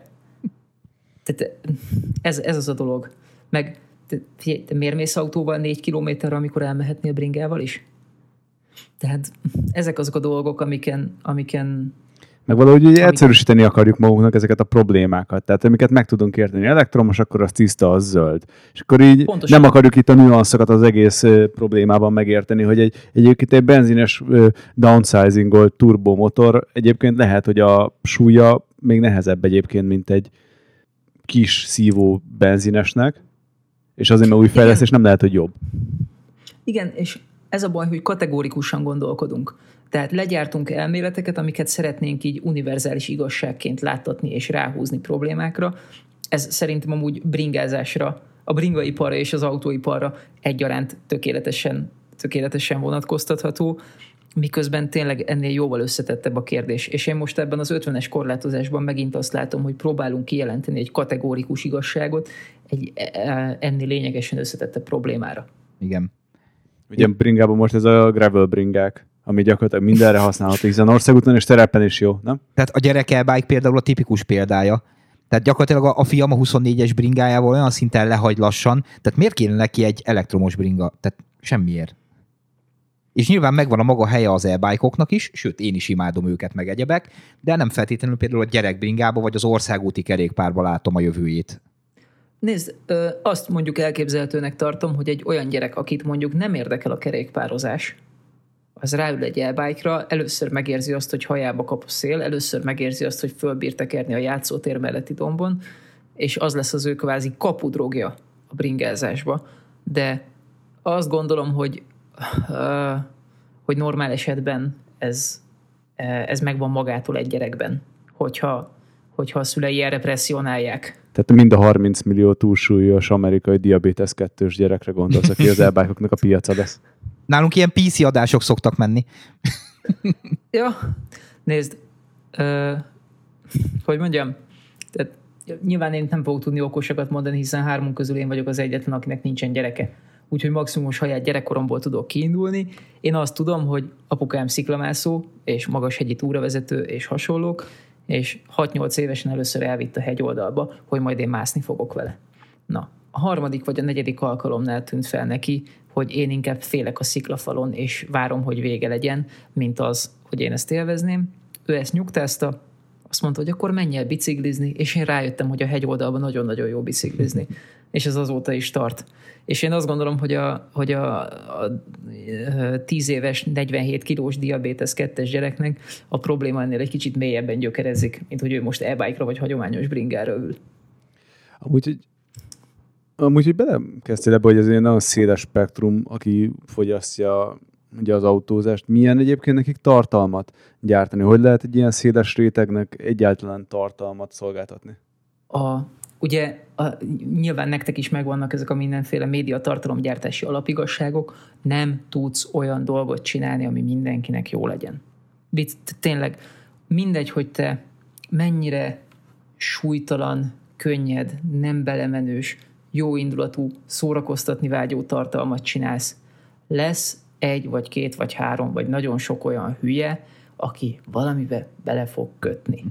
Tehát ez, ez az a dolog. Meg te, figyelj, te miért mész autóval négy kilométerre, amikor elmehetnél bringával is? Tehát ezek azok a dolgok, amiken... amiken meg valahogy ugye egyszerűsíteni akarjuk magunknak ezeket a problémákat. Tehát amiket meg tudunk érteni. Elektromos, akkor az tiszta, az zöld. És akkor így pontosan nem akarjuk itt a nüanszokat az egész uh, problémában megérteni, hogy egy, egyébként egy benzines uh, downsizingolt turbomotor egyébként lehet, hogy a súlya még nehezebb egyébként, mint egy kis szívó benzinesnek, és azért, mert új fejlesztés nem lehet, hogy jobb. Igen, és ez a baj, hogy kategórikusan gondolkodunk. Tehát legyártunk elméleteket, amiket szeretnénk így univerzális igazságként láttatni és ráhúzni problémákra. Ez szerintem amúgy bringázásra, a bringaiparra és az autóiparra egyaránt tökéletesen, tökéletesen vonatkoztatható, miközben tényleg ennél jóval összetettebb a kérdés. És én most ebben az ötvenes korlátozásban megint azt látom, hogy próbálunk kijelenteni egy kategórikus igazságot egy ennél lényegesen összetettebb problémára. Igen. Ugye bringában most ez a gravel bringák, ami gyakorlatilag mindenre használható, hiszen országúton és terepen is jó, nem? Tehát a gyerekelbike például a tipikus példája. Tehát gyakorlatilag a, a fiam a huszonnégyes bringájával olyan szinten lehagy lassan, tehát miért kéne neki egy elektromos bringa? Tehát semmiért. És nyilván megvan a maga helye az e-bike-oknak is, sőt, én is imádom őket, meg egyebek, de nem feltétlenül például a gyerekbringába vagy az országúti kerékpárba látom a jövőjét. Nézd, azt mondjuk elképzelhetőnek tartom, hogy egy olyan gyerek, akit mondjuk nem érdekel a kerékpározás, az ráül egy e-bike-ra, először megérzi azt, hogy hajába kap a szél, először megérzi azt, hogy fölbír tekerni a játszótér melletti dombon, és az lesz az ő kvázi kapudrogja a bringázásba. De azt gondolom, hogy, uh, hogy normál esetben ez, ez megvan magától egy gyerekben, hogyha, hogyha a szülei erre presszionálják. Tehát mind a harminc millió túlsúlyos amerikai diabétesz kettős gyerekre gondolsz, aki az e-bike-oknak a piaca lesz. Nálunk ilyen pé cé adások szoktak menni. Ja, nézd, uh, hogy mondjam, tehát nyilván én nem fogok tudni okosakat mondani, hiszen hármunk közül én vagyok az egyetlen, akinek nincsen gyereke. Úgyhogy maximum saját gyerekkoromból tudok kiindulni. Én azt tudom, hogy apukám sziklamászó, és magashegyi túravezető, és hasonlók, és hat-nyolc évesen először elvitt a hegyoldalba, hogy majd én mászni fogok vele. Na, a harmadik vagy a negyedik alkalomnál tűnt fel neki, hogy én inkább félek a sziklafalon, és várom, hogy vége legyen, mint az, hogy én ezt élvezném. Ő ezt nyugtázta, azt mondta, hogy akkor menj el biciklizni, és én rájöttem, hogy a hegyoldalban nagyon-nagyon jó biciklizni. És ez azóta is tart. És én azt gondolom, hogy a, hogy a, a tíz éves, negyvenhét kilós diabétesz kettes gyereknek a probléma ennél egy kicsit mélyebben gyökerezik, mint hogy ő most e-bike-ra vagy hagyományos bringára ül. Amúgy, hogy, amúgy, hogy belekezdtél ebbe, hogy ez egy nagyon széles spektrum, aki fogyasztja ugye az autózást. Milyen egyébként nekik tartalmat gyártani? Hogy lehet egy ilyen széles rétegnek egyáltalán tartalmat szolgáltatni? A, ugye a, nyilván nektek is megvannak ezek a mindenféle média tartalomgyártási alapigazságok. Nem tudsz olyan dolgot csinálni, ami mindenkinek jó legyen. Tényleg mindegy, hogy te mennyire súlytalan, könnyed, nem belemenős, jóindulatú, szórakoztatni vágyó tartalmat csinálsz. Lesz egy, vagy két, vagy három, vagy nagyon sok olyan hülye, aki valamibe bele fog kötni.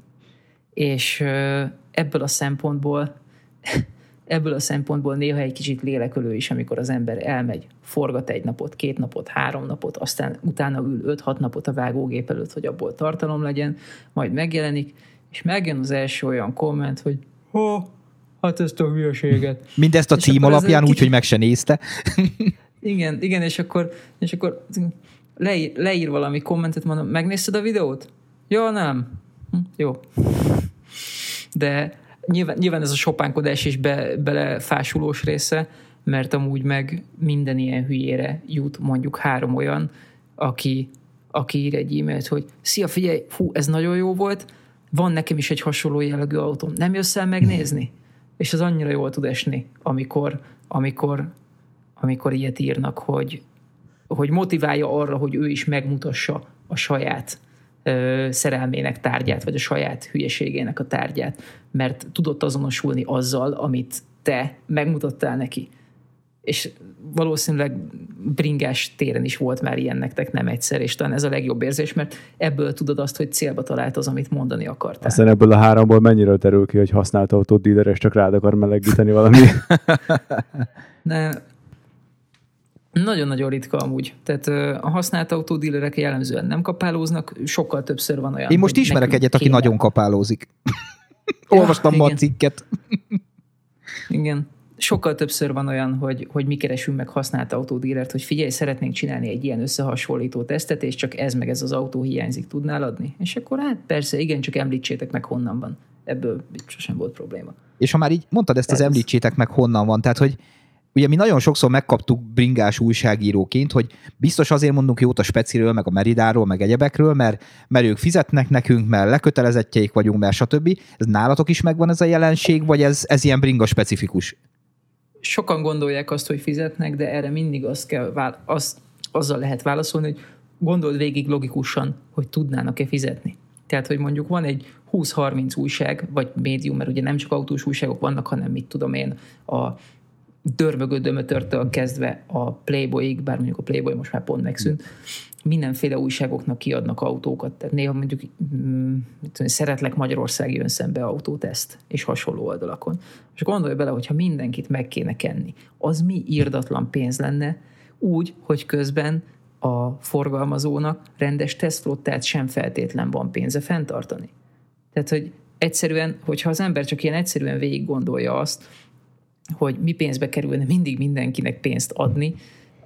És ebből a szempontból ebből a szempontból néha egy kicsit lélekölő is, amikor az ember elmegy, forgat egy napot, két napot, három napot, aztán utána ül öt-hat napot a vágógép előtt, hogy abból tartalom legyen, majd megjelenik, és megjön az első olyan komment, hogy ha, hát ezt a hülyeséget. Mindezt a és cím alapján úgy, kicsit... hogy meg se nézte. Igen, igen, és akkor, és akkor leír, leír valami kommentet, mondom, megnézted a videót? Ja, nem. Hm, jó. De nyilván, nyilván ez a sopánkodás is be, belefásulós része, mert amúgy meg minden ilyen hülyére jut mondjuk három olyan, aki, aki ír egy e-mailt, hogy szia, figyelj, fú, ez nagyon jó volt, van nekem is egy hasonló jellegű autóm, nem jössz el megnézni? És az annyira jól tud esni, amikor, amikor, amikor ilyet írnak, hogy, hogy motiválja arra, hogy ő is megmutassa a saját ö, szerelmének tárgyát, vagy a saját hülyeségének a tárgyát, mert tudott azonosulni azzal, amit te megmutattál neki. És valószínűleg bringás téren is volt már ilyen nektek nem egyszer, és talán ez a legjobb érzés, mert ebből tudod azt, hogy célba talált az, amit mondani akartál. Aztán ebből a háromból mennyire terül ki, hogy használt autódíler, és csak rád akar melegíteni valami? Ne, nagyon-nagyon ritka amúgy. Tehát a használt autódílerek jellemzően nem kapálóznak, sokkal többször van olyan. Én most ismerek egyet, aki kéne. nagyon kapálózik. Ja, Olvastam ma a cikket. Igen. Sokkal többször van olyan, hogy, hogy mi keresünk meg használt autódílert, hogy figyelj, szeretnénk csinálni egy ilyen összehasonlító tesztet, és csak ez meg ez az autó hiányzik, tudnál adni? És akkor hát persze, igen, csak említsétek meg honnan van. Ebből sosem volt probléma. És ha már így mondtad ezt, az ez... említsétek meg honnan van, tehát hogy ugye mi nagyon sokszor megkaptuk bringás újságíróként, hogy biztos azért mondunk jót a Speciről, meg a Meridáról, meg egyebekről, mert, mert ők fizetnek nekünk, mert lekötelezettjeik vagyunk, mert stb. Ez nálatok is megvan ez a jelenség, vagy ez, ez ilyen bringa specifikus? Sokan gondolják azt, hogy fizetnek, de erre mindig azt kell, azt, azzal lehet válaszolni, hogy gondold végig logikusan, hogy tudnának-e fizetni. Tehát, hogy mondjuk van egy húsz-harminc újság, vagy médium, mert ugye nem csak autós újságok vannak, hanem mit tudom én, a dörmögő dömötörtől kezdve a Playboyig, bár mondjuk a Playboy most már pont megszűnt, mindenféle újságoknak kiadnak autókat. Tehát néha mondjuk mm, tudom, Szeretlek Magyarország jön szembe autóteszt, és hasonló oldalakon. És gondolj bele, hogyha mindenkit meg kéne kenni, az mi irdatlan pénz lenne, úgy, hogy közben a forgalmazónak rendes tesztflottát sem feltétlen van pénze fenntartani. Tehát, hogy egyszerűen, hogyha az ember csak ilyen egyszerűen végig gondolja azt, hogy mi pénzbe kerülne mindig mindenkinek pénzt adni,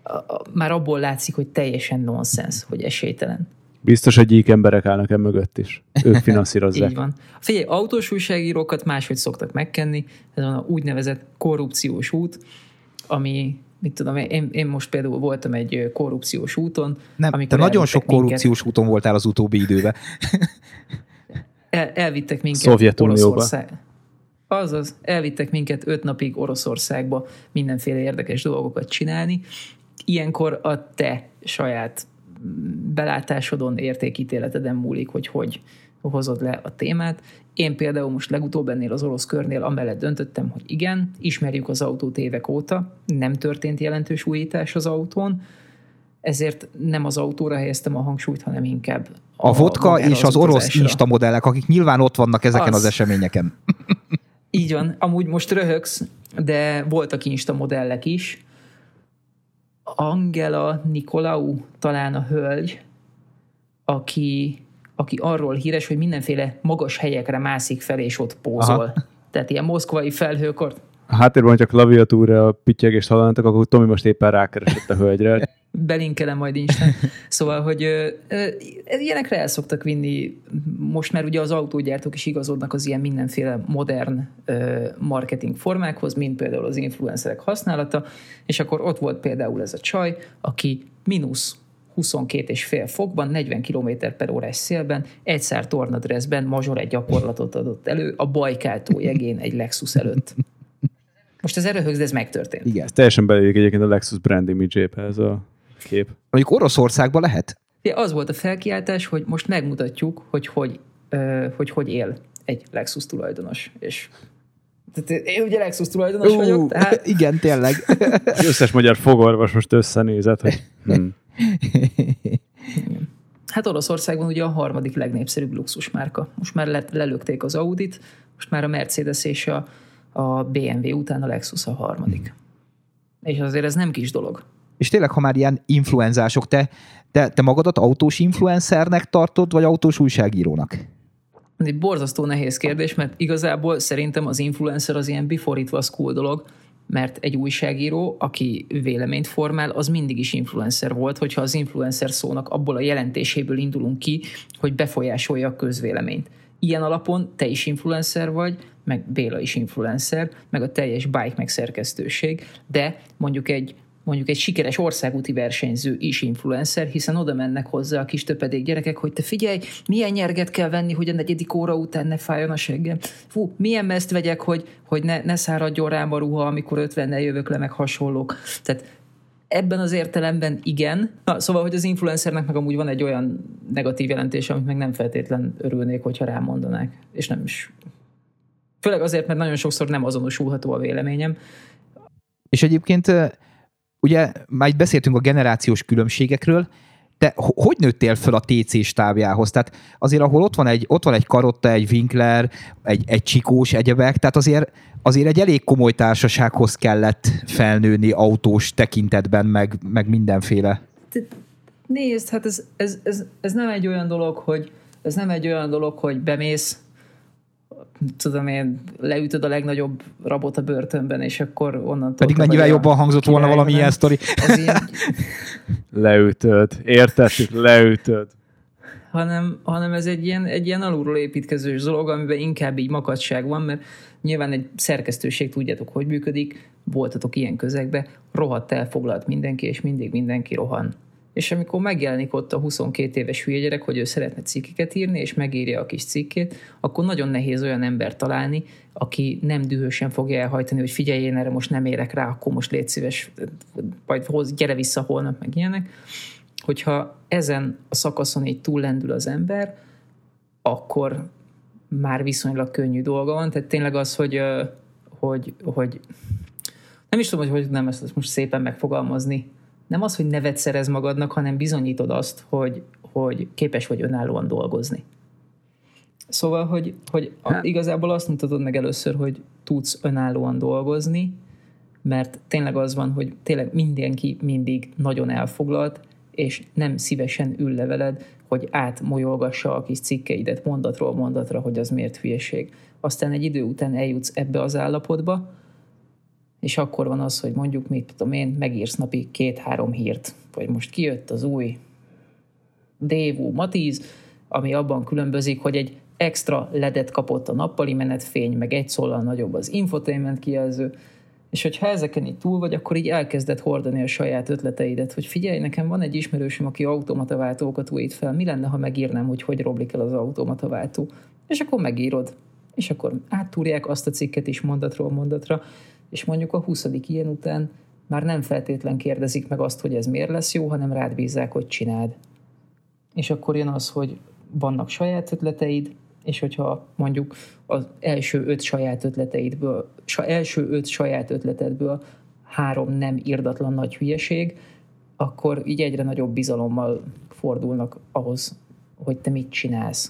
a, a, már abból látszik, hogy teljesen nonsens, hogy esélytelen. Biztos, hogy gyík emberek állnak e mögött is. Ők finanszírozzák. Így van. Figyelj, autós újságírókat máshogy szoktak megkenni, ez van a úgynevezett korrupciós út, ami, mit tudom, én, én most például voltam egy korrupciós úton. Nem, te nagyon sok korrupciós minket, úton voltál az utóbbi időben. El, elvittek minket Szovjetunióba. Azaz, elvittek minket öt napig Oroszországba mindenféle érdekes dolgokat csinálni. Ilyenkor a te saját belátásodon, értékítéleteden múlik, hogy hogy hozod le a témát. Én például most legutóbb ennél az orosz körnél amellett döntöttem, hogy igen, ismerjük az autót évek óta, nem történt jelentős újítás az autón, ezért nem az autóra helyeztem a hangsúlyt, hanem inkább a, a vodka és az, az orosz Insta modellek, akik nyilván ott vannak ezeken az, az eseményeken. Így van, amúgy most röhögsz, de voltak Insta modellek is. Angela Nikolaou talán a hölgy, aki, aki arról híres, hogy mindenféle magas helyekre mászik fel, és ott pózol. Aha. Tehát ilyen moszkvai felhőkort. A háttérben, hogyha klaviatúra, pittyegést hallanátok, akkor Tomi most éppen rákeresett a hölgyre. Belinkelem majd Instán. Szóval, hogy ö, ö, ilyenekre el szoktak vinni. Most már ugye az autógyártók is igazodnak az ilyen mindenféle modern ö, marketing formákhoz, mint például az influencerek használata, és akkor ott volt például ez a csaj, aki mínusz huszonkét és fél fokban, negyven kilométer per órás szélben, egyszár tornadresszben mazsor egy gyakorlatot adott elő a Bajkál-tó jegén egy Lexus előtt. Most ez erőhögsz, de ez megtörtént. Igen. Ez teljesen belőjük egyébként a Lexus brand image-ébe ez a kép. Mondjuk Oroszországban lehet? Az volt a felkiáltás, hogy most megmutatjuk, hogy hogy, uh, hogy, hogy él egy Lexus tulajdonos. És én ugye Lexus tulajdonos uh, vagyok, tehát... Igen, tényleg. Az összes magyar fogorvos most összenézett, hogy... Hmm. Hát Oroszországban ugye a harmadik legnépszerűbb luxusmárka. Most már le, lelökték az Audit, most már a Mercedes és a a bé em vé után a Lexus a harmadik. Hmm. És azért ez nem kis dolog. És tényleg, ha már ilyen influenzások, te, te, te magadat autós influencernek tartod, vagy autós újságírónak? Egy borzasztó nehéz kérdés, mert igazából szerintem az influencer az ilyen before it was cool dolog, mert egy újságíró, aki véleményt formál, az mindig is influencer volt, hogyha az influencer szónak abból a jelentéséből indulunk ki, hogy befolyásolja a közvéleményt. Ilyen alapon te is influencer vagy, meg Béla is influencer, meg a teljes bike meg szerkesztőség, de mondjuk egy, mondjuk egy sikeres országúti versenyző is influencer, hiszen oda mennek hozzá a kis töpedék gyerekek, hogy te figyelj, milyen nyerget kell venni, hogy a negyedik óra után ne fájjon a seggem. Fú, milyen mezt vegyek, hogy, hogy ne, ne száradjon rám a ruha, amikor ötvennel jövök le, meg hasonlók. Tehát ebben az értelemben igen. Na, szóval, hogy az influencernek meg amúgy van egy olyan negatív jelentés, amit meg nem feltétlen örülnék, hogyha rám mondanák. És nem is. Főleg azért, mert nagyon sokszor nem azonosulható a véleményem. És egyébként ugye már itt beszéltünk a generációs különbségekről, te hogy nőttél föl a té cé stábjához? Tehát azért, ahol ott van egy, ott van egy Karotta, egy Winkler, egy, egy Csikós, egyebek, tehát azért, azért egy elég komoly társasághoz kellett felnőni autós tekintetben, meg, meg mindenféle. Nézd, hát ez, ez, ez, ez nem egy olyan dolog, hogy ez nem egy olyan dolog, hogy bemész, tudom én, leütöd a legnagyobb rabot a börtönben, és akkor onnantól... Pedig mennyivel jobban hangzott volna valami ilyen sztori. Ilyen... Leütöd. Érted? Leütöd. Hanem, hanem ez egy ilyen, egy ilyen alulról építkezős dolog, amiben inkább így makacság van, mert nyilván egy szerkesztőség, tudjátok, hogy működik, voltatok ilyen közegbe, rohadt elfoglalt mindenki, és mindig mindenki rohan. És amikor megjelenik ott a huszonkét éves hülye gyerek, hogy ő szeretne cikkeket írni, és megírja a kis cikkét, akkor nagyon nehéz olyan embert találni, aki nem dühösen fogja elhajtani, hogy figyelj, én erre most nem érek rá, akkor most légy szíves, majd hoz, gyere vissza holnap, meg ilyenek. Hogyha ezen a szakaszon így túllendül az ember, akkor már viszonylag könnyű dolga van. Tehát tényleg az, hogy, hogy, hogy nem is tudom, hogy hogy nem ezt most szépen megfogalmazni. Nem az, hogy nevet szerez magadnak, hanem bizonyítod azt, hogy, hogy képes vagy önállóan dolgozni. Szóval, hogy, hogy a, igazából azt mutatod meg először, hogy tudsz önállóan dolgozni, mert tényleg az van, hogy tényleg mindenki mindig nagyon elfoglalt, és nem szívesen ül le veled, hogy átmolyolgassa a kis cikkeidet mondatról mondatra, hogy az miért hülyeség. Aztán egy idő után eljutsz ebbe az állapotba, és akkor van az, hogy mondjuk, mit tudom én, megírsz napi két-három hírt, vagy most kijött az új Daewoo Matiz, ami abban különbözik, hogy egy extra ledet kapott a nappali menetfény, meg egy szóllal nagyobb az infotainment kijelző, és hogyha ezeken így túl vagy, akkor így elkezded hordani a saját ötleteidet, hogy figyelj, nekem van egy ismerősöm, aki automataváltókat újít fel, mi lenne, ha megírnám, hogy hogy roblik el az automataváltó, és akkor megírod, és akkor áttúrják azt a cikket is mondatról mondatra, és mondjuk a huszadik ilyen után már nem feltétlen kérdezik meg azt, hogy ez miért lesz jó, hanem rád bízzák, hogy csináld. És akkor jön az, hogy vannak saját ötleteid, és hogyha mondjuk az első öt saját ötleteidből, első öt saját ötletedből három nem irdatlan nagy hülyeség, akkor így egyre nagyobb bizalommal fordulnak ahhoz, hogy te mit csinálsz.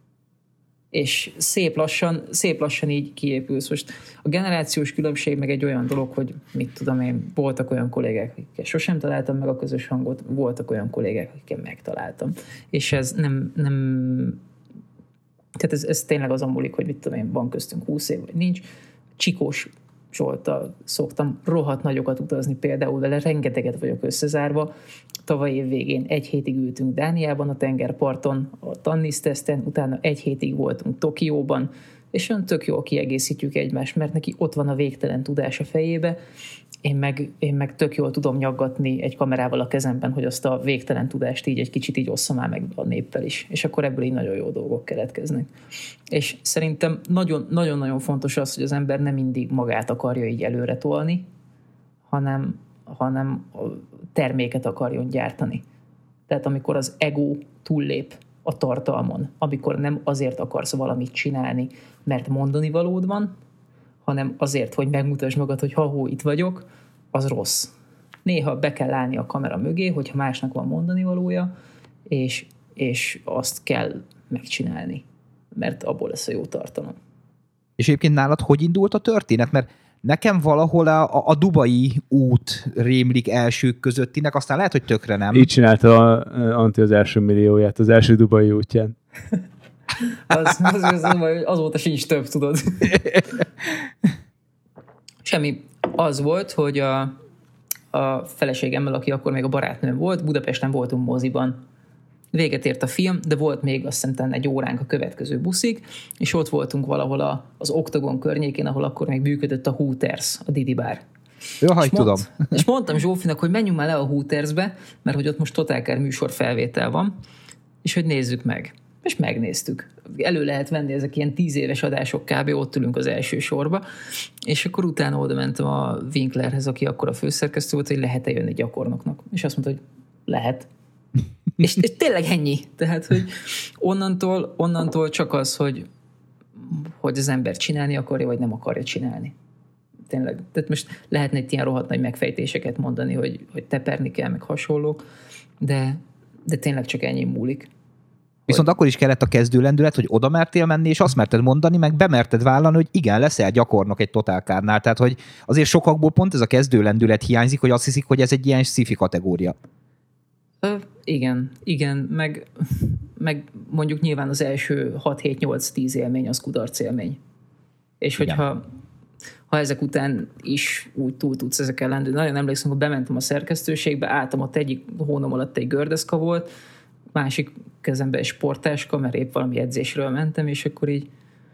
És szép lassan, szép lassan így kiépülsz. Most a generációs különbség meg egy olyan dolog, hogy mit tudom én, voltak olyan kollégák, akikkel sosem találtam meg a közös hangot, voltak olyan kollégák, akikkel megtaláltam. És ez nem, nem tehát ez, ez tényleg azon múlik, hogy mit tudom én, van köztünk húsz év, vagy nincs. Csikós Zsolttal szoktam rohadt nagyokat utazni, például vele rengeteget vagyok összezárva. Tavaly év végén egy hétig ültünk Dániában a tengerparton, a tanniszteszten, utána egy hétig voltunk Tokióban, és olyan tök jól kiegészítjük egymást, mert neki ott van a végtelen tudás a fejébe, én meg, én meg tök jól tudom nyaggatni egy kamerával a kezemben, hogy azt a végtelen tudást így egy kicsit így osszam már meg a néppel is, és akkor ebből így nagyon jó dolgok keletkeznek. És szerintem nagyon-nagyon fontos az, hogy az ember nem mindig magát akarja így előre tolni, hanem, hanem a terméket akarjon gyártani. Tehát amikor az ego túllép a tartalmon, amikor nem azért akarsz valamit csinálni, mert mondani valód van, hanem azért, hogy megmutasd magad, hogy ha-hó, itt vagyok, az rossz. Néha be kell állni a kamera mögé, hogyha másnak van mondani valója, és, és azt kell megcsinálni, mert abból lesz a jó tartalom. És egyébként nálad hogy indult a történet? Mert nekem valahol a, a dubai út rémlik elsők közöttinek, aztán lehet, hogy tökre nem. Így csinálta Antti az első millióját, az első dubai útján. Az, az, az, az, azóta sincs több, tudod. Semmi. Az volt, hogy a, a feleségemmel, aki akkor még a barátnőm volt, Budapesten voltunk moziban. Véget ért a film, de volt még azt hiszem egy óránk a következő buszig, és ott voltunk valahol a, az Oktogon környékén, ahol akkor még működött a Hooters, a Didi Bar. Jó, hogy tudom. Mond, és mondtam Zsófinak, hogy menjünk már le a Hootersbe, mert hogy ott most Totálkár műsor felvétel van, és hogy nézzük meg. És megnéztük. Elő lehet venni, ezek ilyen tíz éves adások, kb. Ott ülünk az első sorba, és akkor utána oda mentem a Winklerhez, aki akkor a főszerkesztő volt, hogy lehet-e jönni gyakornoknak. És azt mondta, hogy lehet. és, és tényleg ennyi. Tehát, hogy onnantól, onnantól csak az, hogy, hogy az ember csinálni akarja, vagy nem akarja csinálni. Tényleg. Tehát most lehetne itt ilyen rohadt nagy megfejtéseket mondani, hogy, hogy teperni kell, meg hasonlók, de, de tényleg csak ennyi múlik. Viszont akkor is kellett a kezdő lendület, hogy oda mertél menni, és azt merted mondani, meg bemerted vállalni, hogy igen, leszel gyakornok egy Totálkárnál. Tehát, hogy azért sokakból pont ez a kezdő lendület hiányzik, hogy azt hiszik, hogy ez egy ilyen sci-fi kategória. Ö, igen, igen, meg, meg mondjuk nyilván az első hat hét nyolc tíz élmény az kudarc élmény. És igen. hogyha ha ezek után is úgy túl tudsz ezekkel lendülni. Nagyon emlékszem, hogy bementem a szerkesztőségbe, álltam ott egyik hónom alatt egy gördeszka volt, másik kezemben egy sportáska, mert épp valami edzésről mentem, és akkor így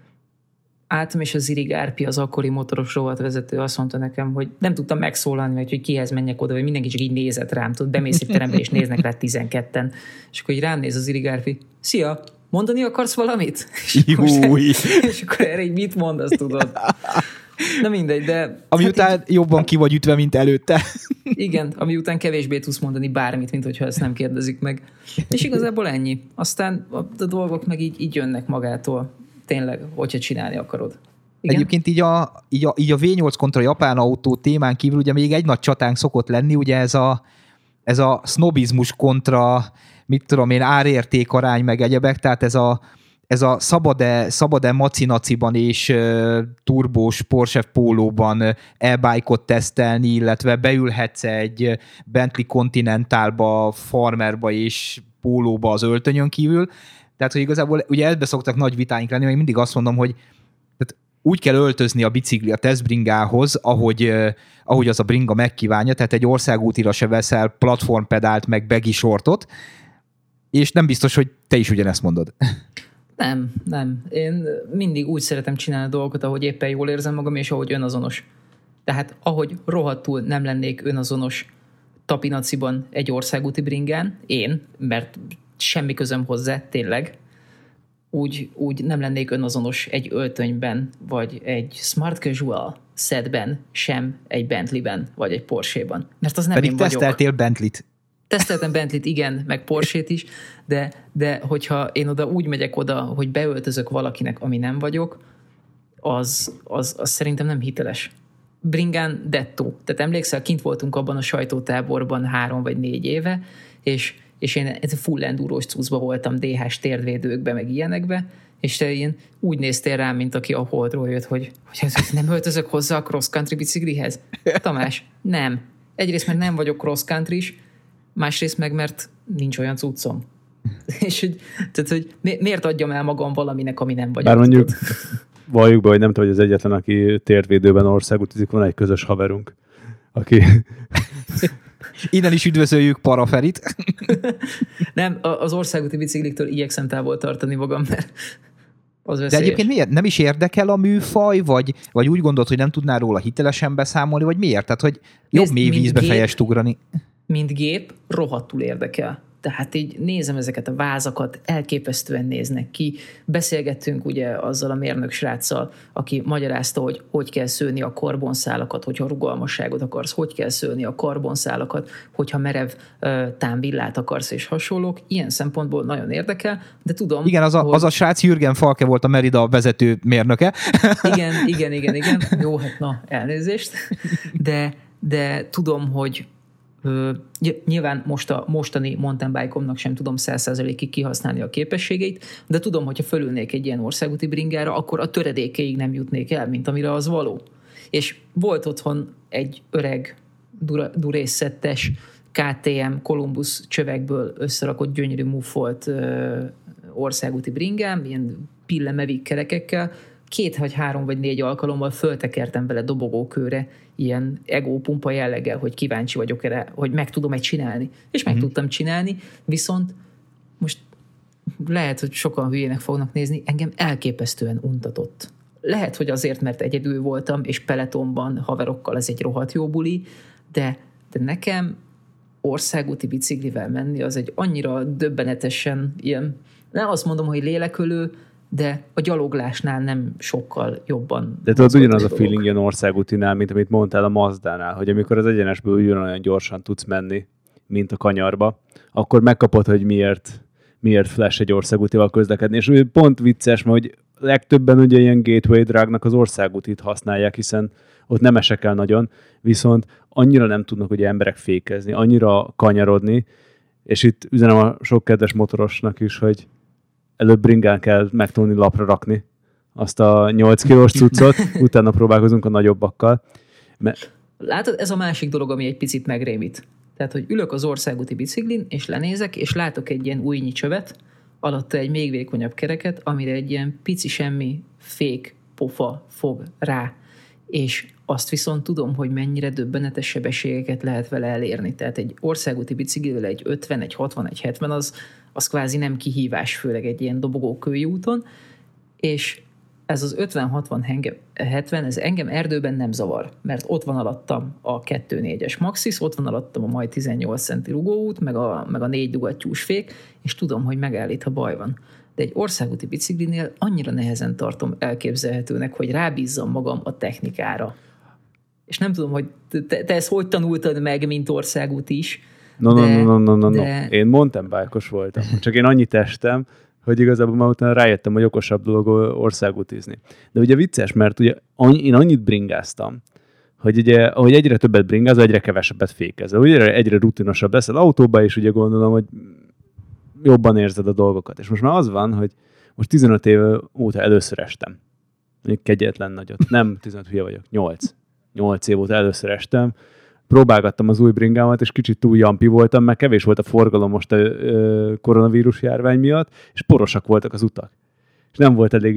álltam, és az Zirig Árpi, az akkori motoros rovatvezető azt mondta nekem, hogy nem tudtam megszólalni, vagy hogy kihez menjek oda, vagy mindenki csak így nézett rám, tudod, bemész egy terembe, és néznek rá tizenketten. És akkor így rám néz az Zirig Árpi, szia, mondani akarsz valamit? És, és akkor erre így mit mondasz, tudod? Na mindegy, de... Ami hát után így... jobban ki vagy ütve, mint előtte. Igen, ami után kevésbé tudsz mondani bármit, mint hogyha ezt nem kérdezik meg. És igazából ennyi. Aztán a, a dolgok meg így, így jönnek magától. Tényleg, hogyha csinálni akarod. Igen? Egyébként így a, így, a, így a vé nyolc kontra japán autó témán kívül ugye még egy nagy csatánk szokott lenni, ugye ez a, ez a sznobizmus kontra, mit tudom én, árérték arány meg egyebek, tehát ez a ez a szabad-e, szabad-e macinaciban és uh, turbós Porsche pólóban uh, e-bike-ot tesztelni, illetve beülhetsz egy Bentley Continentalba, Farmerba és pólóba az öltönyön kívül. Tehát, hogy igazából ugye ebbe szoktak nagy vitáink lenni, még mindig azt mondom, hogy tehát úgy kell öltözni a bicikli a tesztbringához, ahogy, ahogy az a bringa megkívánja, tehát egy országútira se veszel platformpedált meg baggy shortot, és nem biztos, hogy te is ugyanezt mondod. Nem, nem. Én mindig úgy szeretem csinálni a dolgokat, ahogy éppen jól érzem magam, és ahogy önazonos. Tehát ahogy rohadtul nem lennék önazonos tapinaciban egy országúti bringán, én, mert semmi közöm hozzá, tényleg, úgy, úgy nem lennék önazonos egy öltönyben, vagy egy smart casual setben, sem egy Bentleyben, vagy egy Porsche-ban. Mert az nem Pedig én vagyok. Pedig teszteltél Bentleyt. Teszteltem Bentleyt, igen, meg Porsche-t is, de, de hogyha én oda úgy megyek oda, hogy beöltözök valakinek, ami nem vagyok, az, az, az szerintem nem hiteles. Bringán dettó. Tehát emlékszel, kint voltunk abban a sajtótáborban három vagy négy éve, és, és én full endurós cuccba voltam, dé hás térdvédőkbe, meg ilyenekbe, és te ilyen úgy néztél rám, mint aki a Holdról jött, hogy, hogy nem öltözök hozzá a cross-country biciklihez. Tamás, nem. Egyrészt, mert nem vagyok cross-country-s, másrészt meg, mert nincs olyan cuccom. És hogy, tehát, hogy miért adjam el magam valaminek, ami nem vagyok. Bár mondjuk, valljuk be, hogy nem tudom, hogy az egyetlen, aki térdvédőben országútizik, van egy közös haverunk, aki... Innen is üdvözöljük Paraferit. Nem, az országúti bicikliktől igyekszem távol tartani magam, mert az veszélyes. De egyébként miért? Nem is érdekel a műfaj, vagy, vagy úgy gondolod, hogy nem tudnál róla hitelesen beszámolni, vagy miért? Tehát, hogy jobb Nézd, mély vízbe fejest ugrani. Mint gép, rohadtul érdekel. Tehát így nézem ezeket a vázakat, elképesztően néznek ki. Beszélgettünk ugye azzal a mérnök sráccal, aki magyarázta, hogy hogy kell szőni a karbonszálakat, hogyha rugalmasságot akarsz, hogy kell szőni a karbonszálakat, hogyha merev uh, támvillát akarsz és hasonlók. Ilyen szempontból nagyon érdekel, de tudom... Igen, az a, hogy... az a srác Jürgen Falke volt a Merida vezető mérnöke. Igen, igen, igen, igen. Jó, hát na, elnézést. De, de tudom, hogy Ö, nyilván most a mostani mountain bike-omnak sem tudom száz százalékig kihasználni a képességeit, de tudom, hogyha fölülnék egy ilyen országúti bringára, akkor a töredékeig nem jutnék el, mint amire az való. És volt otthon egy öreg durészettes ká té em Columbus csövekből összerakott gyönyörű muffolt ö, országúti bringám, ilyen pillemevik kerekekkel, két vagy három vagy négy alkalommal föltekertem vele dobogókőre, ilyen egópumpa jelleggel, hogy kíváncsi vagyok erre, hogy meg tudom-e csinálni. És meg mm. tudtam csinálni, viszont most lehet, hogy sokan hülyének fognak nézni, engem elképesztően untatott. Lehet, hogy azért, mert egyedül voltam, és peletonban haverokkal ez egy rohadt jó buli, de, de nekem országúti biciklivel menni az egy annyira döbbenetesen ilyen, nem azt mondom, hogy lélekölő, de a gyaloglásnál nem sokkal jobban. De tudod, ugyanaz a feeling ilyen országútinál, mint amit mondtál a Mazdánál, hogy amikor az egyenesből ugyanolyan gyorsan tudsz menni, mint a kanyarba, akkor megkapod, hogy miért, miért flash egy országútival közlekedni. És pont vicces, mert hogy legtöbben ugye ilyen gateway dragnak az országútit használják, hiszen ott nem esek el nagyon, viszont annyira nem tudnak ugye emberek fékezni, annyira kanyarodni, és itt üzenem a sok kedves motorosnak is, hogy előbb bringán kell megtanulni lapra rakni azt a nyolc kilós cuccot, utána próbálkozunk a nagyobbakkal. Mert... Látod, ez a másik dolog, ami egy picit megrémít. Tehát, hogy ülök az országúti biciklin, és lenézek, és látok egy ilyen újnyi csövet, alatta egy még vékonyabb kereket, amire egy ilyen pici semmi fék pofa fog rá. És azt viszont tudom, hogy mennyire döbbenetes sebességeket lehet vele elérni. Tehát egy országúti biciklivel egy ötven, egy hatvan, egy hetven, az, az kvázi nem kihívás, főleg egy ilyen dobogókői úton, és ez az ötven, hatvan, hetven, ez engem erdőben nem zavar, mert ott van alattam a kettő négyes Maxis, ott van alattam a majd tizennyolc centi rugóút, meg a, meg a négy dugattyús fék, és tudom, hogy megállít, ha baj van. De egy országúti biciklinél annyira nehezen tartom elképzelhetőnek, hogy rábízzam magam a technikára. És nem tudom, hogy te, te ezt hogy tanultad meg, mint országút is. No, de, no, no, no, no, no. De... Én mountain bike-os voltam. Csak én annyit estem, hogy igazából már utána rájöttem, hogy okosabb dolog országútizni. De ugye vicces, mert ugye én annyit bringáztam, hogy ugye, ahogy egyre többet bringázol, egyre kevesebbet fékezel. Ugye egyre rutinosabb leszel autóba, és ugye gondolom, hogy jobban érzed a dolgokat. És most már az van, hogy most tizenöt év óta először estem. Még kegyetlen nagyot. Nem tizenöt, hülye vagyok. nyolc. nyolc év óta először estem. Próbálgattam az új bringámat, és kicsit túl jampi voltam, mert kevés volt a forgalom most a koronavírus járvány miatt, és porosak voltak az utak. És nem volt elég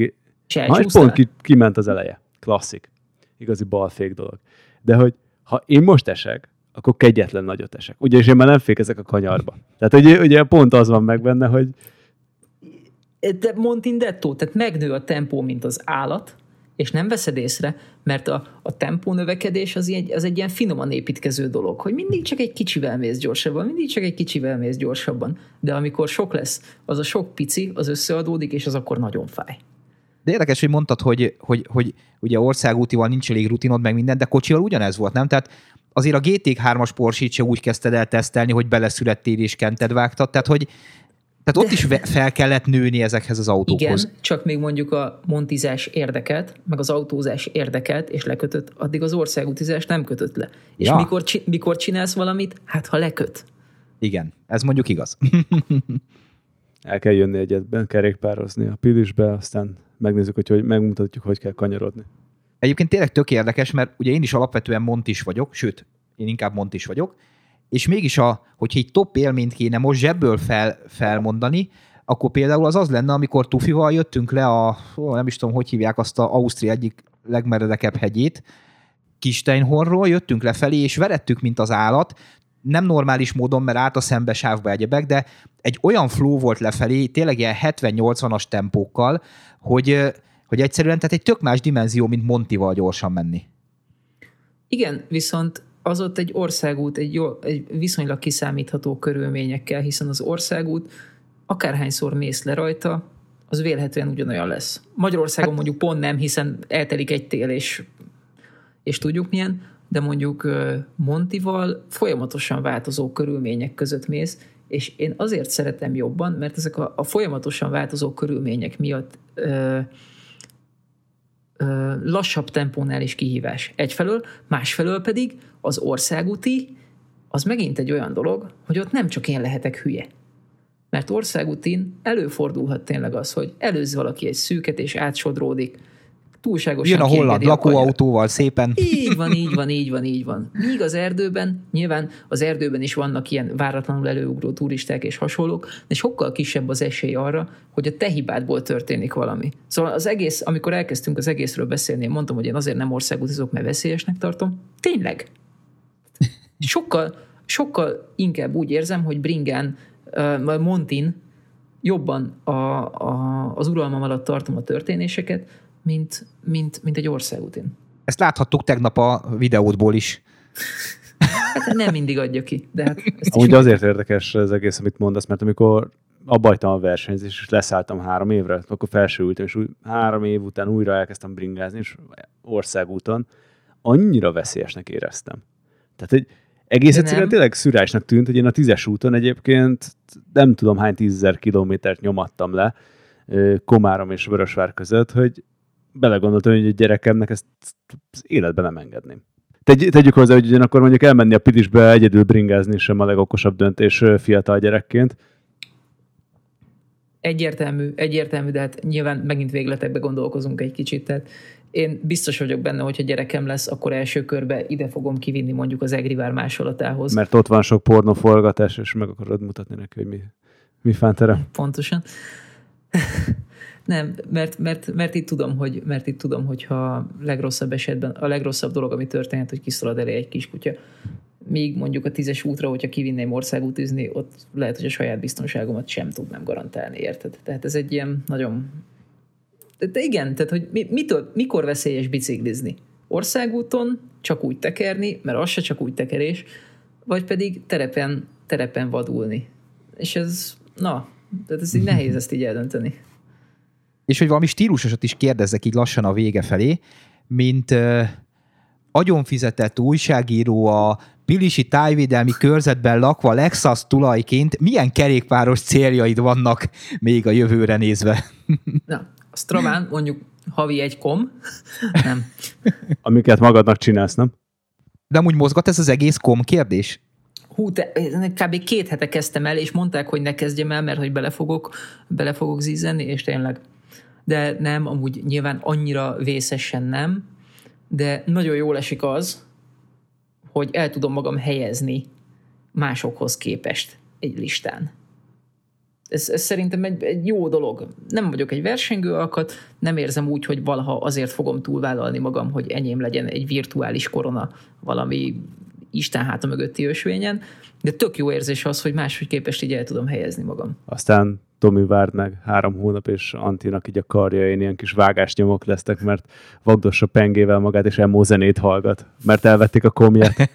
És Na, és pont ki, kiment az eleje. Klasszik. Igazi balfék dolog. De hogy ha én most esek, akkor kegyetlen nagyot esek. Ugyanis én már nem fékezek a kanyarba. Tehát ugye, ugye pont az van meg benne, hogy... De Montin dettó, tehát megnő a tempó, mint az állat, és nem veszed észre, mert a, a tempó növekedés az egy, az egy ilyen finoman építkező dolog, hogy mindig csak egy kicsivel mész gyorsabban, mindig csak egy kicsivel mész gyorsabban, de amikor sok lesz, az a sok pici, az összeadódik, és az akkor nagyon fáj. De érdekes, hogy mondtad, hogy, hogy, hogy ugye országútival nincs elég rutinod, meg minden, de kocsival ugyanez volt, nem? Tehát azért a gé té hármas Porsche-t se úgy kezdted el tesztelni, hogy beleszülettél és kented vágtad, tehát hogy tehát ott de... is fel kellett nőni ezekhez az autókhoz. Igen, csak még mondjuk a montizás érdekelt, meg az autózás érdekelt, és lekötött, addig az országútizás nem kötött le. És ja. mikor, mikor csinálsz valamit? Hát ha leköt. Igen, ez mondjuk igaz. El kell jönni egyetben, kerékpározni a Pilisbe, aztán megnézzük, hogy, hogy megmutatjuk, hogy kell kanyarodni. Egyébként tényleg tök érdekes, mert ugye én is alapvetően montis vagyok, sőt, én inkább montis vagyok, és mégis, a, hogyha egy top élményt kéne most zsebből fel, felmondani, akkor például az az lenne, amikor Tufival jöttünk le a, ó, nem is tudom, hogy hívják azt a Ausztria egyik legmeredekebb hegyét, Kisteinhornról, jöttünk lefelé, és verettük, mint az állat, nem normális módon, mert állt a szembesávba egyebek, de egy olyan flow volt lefelé, tényleg ilyen hetven-nyolcvanas tempókkal, hogy, hogy egyszerűen tehát egy tök más dimenzió, mint Montival gyorsan menni. Igen, viszont az ott egy országút, egy, jó, egy viszonylag kiszámítható körülményekkel, hiszen az országút akárhányszor mész le rajta, az vélhetően ugyanolyan lesz. Magyarországon hát, mondjuk pont nem, hiszen eltelik egy tél, és, és tudjuk milyen, de mondjuk Montival folyamatosan változó körülmények között mész, és én azért szeretem jobban, mert ezek a, a folyamatosan változó körülmények miatt ö, ö, lassabb tempónál is kihívás. Egyfelől, másfelől pedig az országúti az megint egy olyan dolog, hogy ott nem csak én lehetek hülye. Mert országútin előfordulhat tényleg az, hogy előzz valaki egy szűket, és átsodródik, túlságosan jön a holland lakóautóval szépen. Így van, így van, így van, így van. Míg az erdőben, nyilván az erdőben is vannak ilyen váratlanul előugró turisták és hasonlók, de sokkal kisebb az esély arra, hogy a te hibádból történik valami. Szóval az egész, amikor elkezdtünk az egészről beszélni, én mondtam, hogy én azért nem országútizok, mert veszélyesnek tartom. Tényleg. Sokkal, sokkal inkább úgy érzem, hogy bringán, uh, Montin jobban a, a, az uralmam alatt tartom a történéseket, mint, mint, mint egy országútin. Ezt láthattuk tegnap a videódból is. Hát nem mindig adja ki. De hát úgy azért érdekes az egész, amit mondasz, mert amikor abba hagytam a versenyzést, és leszálltam három évre, akkor felsőültem, és úgy, három év után újra elkezdtem bringázni, és országúton annyira veszélyesnek éreztem. Tehát, hogy egész egyszerűen tényleg szürreálisnak tűnt, hogy én a tízes úton egyébként nem tudom hány tízezer kilométert nyomattam le Komárom és Vörösvár között, hogy belegondoltam, hogy egy gyerekemnek ezt az életben nem engedném. Tegy, tegyük hozzá, hogy ugyanakkor mondjuk elmenni a Pilisbe egyedül bringázni sem a legokosabb döntés fiatal gyerekként. Egyértelmű, egyértelmű, de hát nyilván megint végletekbe gondolkozunk egy kicsit. Tehát én biztos vagyok benne, hogyha gyerekem lesz, akkor első körbe ide fogom kivinni mondjuk az Egrivár másolatához. Mert ott van sok pornóforgatás, és meg akarod mutatni neki, hogy mi, mi fántere. Pontosan. Nem, mert, mert, mert, itt tudom, hogy, mert itt tudom, hogyha legrosszabb esetben, a legrosszabb dolog, ami történhet, hogy kiszalad elé egy kiskutya. Míg mondjuk a tízes útra, hogyha kivinném országútizni, ott lehet, hogy a saját biztonságomat sem tudnám garantálni, érted? Tehát ez egy ilyen nagyon... De igen, tehát hogy mi, mitől, mikor veszélyes biciklizni? Országúton csak úgy tekerni, mert az se csak úgy tekerés, vagy pedig terepen, terepen vadulni. És ez, na, tehát ez így nehéz ezt így eldönteni. És hogy valami stílusosat is kérdezzek így lassan a vége felé, mint uh, agyonfizetett újságíró a pilisi tájvédelmi körzetben lakva Lexus tulajként, milyen kerékpáros céljaid vannak még a jövőre nézve? Na, a Straván mondjuk havi egy kom, nem. Amiket magadnak csinálsz, nem? De amúgy mozgat ez az egész kom kérdés? Hú, te, kb. két hete kezdtem el, és mondták, hogy ne kezdjem el, mert hogy bele fogok, bele fogok zízenni, és tényleg. De nem, amúgy nyilván annyira vészesen nem, de nagyon jól esik az, hogy el tudom magam helyezni másokhoz képest egy listán. Ez, ez szerintem egy, egy jó dolog. Nem vagyok egy versengő alkat, nem érzem úgy, hogy valaha azért fogom túlvállalni magam, hogy enyém legyen egy virtuális korona valami Isten háta mögötti ösvényen, de tök jó érzés az, hogy máshogy képest így el tudom helyezni magam. Aztán Tomi várd meg három hónap, és Antinak így a karjain ilyen kis vágásnyomok lesznek, mert vagdossa pengével magát, és emo zenét hallgat, mert elvették a komját.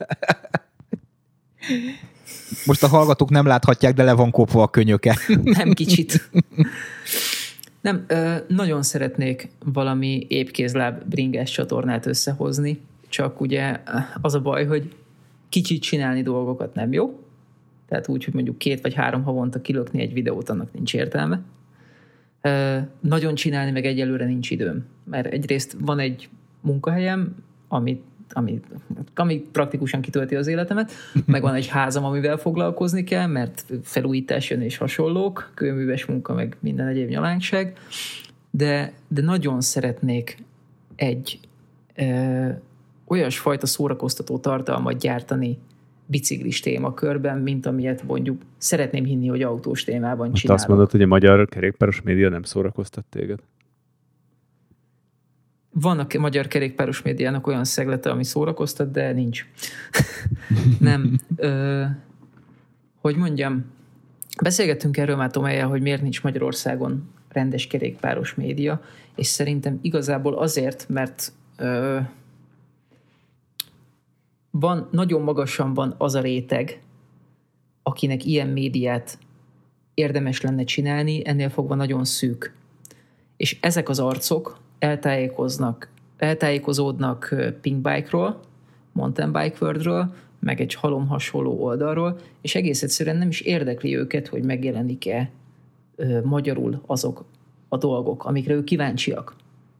Most a hallgatók nem láthatják, de le van kopva a könyöke. Nem kicsit. Nem, ö, nagyon szeretnék valami épkézláb bringás csatornát összehozni, csak ugye az a baj, hogy kicsit csinálni dolgokat nem jó. Tehát úgy, hogy mondjuk két vagy három havonta kilökni egy videót, annak nincs értelme. Ö, nagyon csinálni meg egyelőre nincs időm. Mert egyrészt van egy munkahelyem, amit Ami, ami praktikusan kitölti az életemet, meg van egy házam, amivel foglalkozni kell, mert felújítás jön és hasonlók, kőműves munka, meg minden egyéb nyalánkság, de, de nagyon szeretnék egy ö, olyasfajta szórakoztató tartalmat gyártani biciklis témakörben, mint amilyet mondjuk szeretném hinni, hogy autós témában Most csinálok. azt mondod, hogy a magyar kerékpáros média nem szórakoztat téged? Van a magyar kerékpáros médiának olyan szeglete, ami szórakoztat, de nincs. Nem. Ö, hogy mondjam, beszélgettünk erről már Tomellyel, hogy miért nincs Magyarországon rendes kerékpáros média, és szerintem igazából azért, mert ö, van, nagyon magasan van az a réteg, akinek ilyen médiát érdemes lenne csinálni, ennél fogva nagyon szűk. És ezek az arcok eltájékoznak, eltájékozódnak Pinkbike-ról, Mountain Bike World-ről, meg egy halom hasonló oldalról, és egész egyszerűen nem is érdekli őket, hogy megjelenik-e ö, magyarul azok a dolgok, amikre ők kíváncsiak.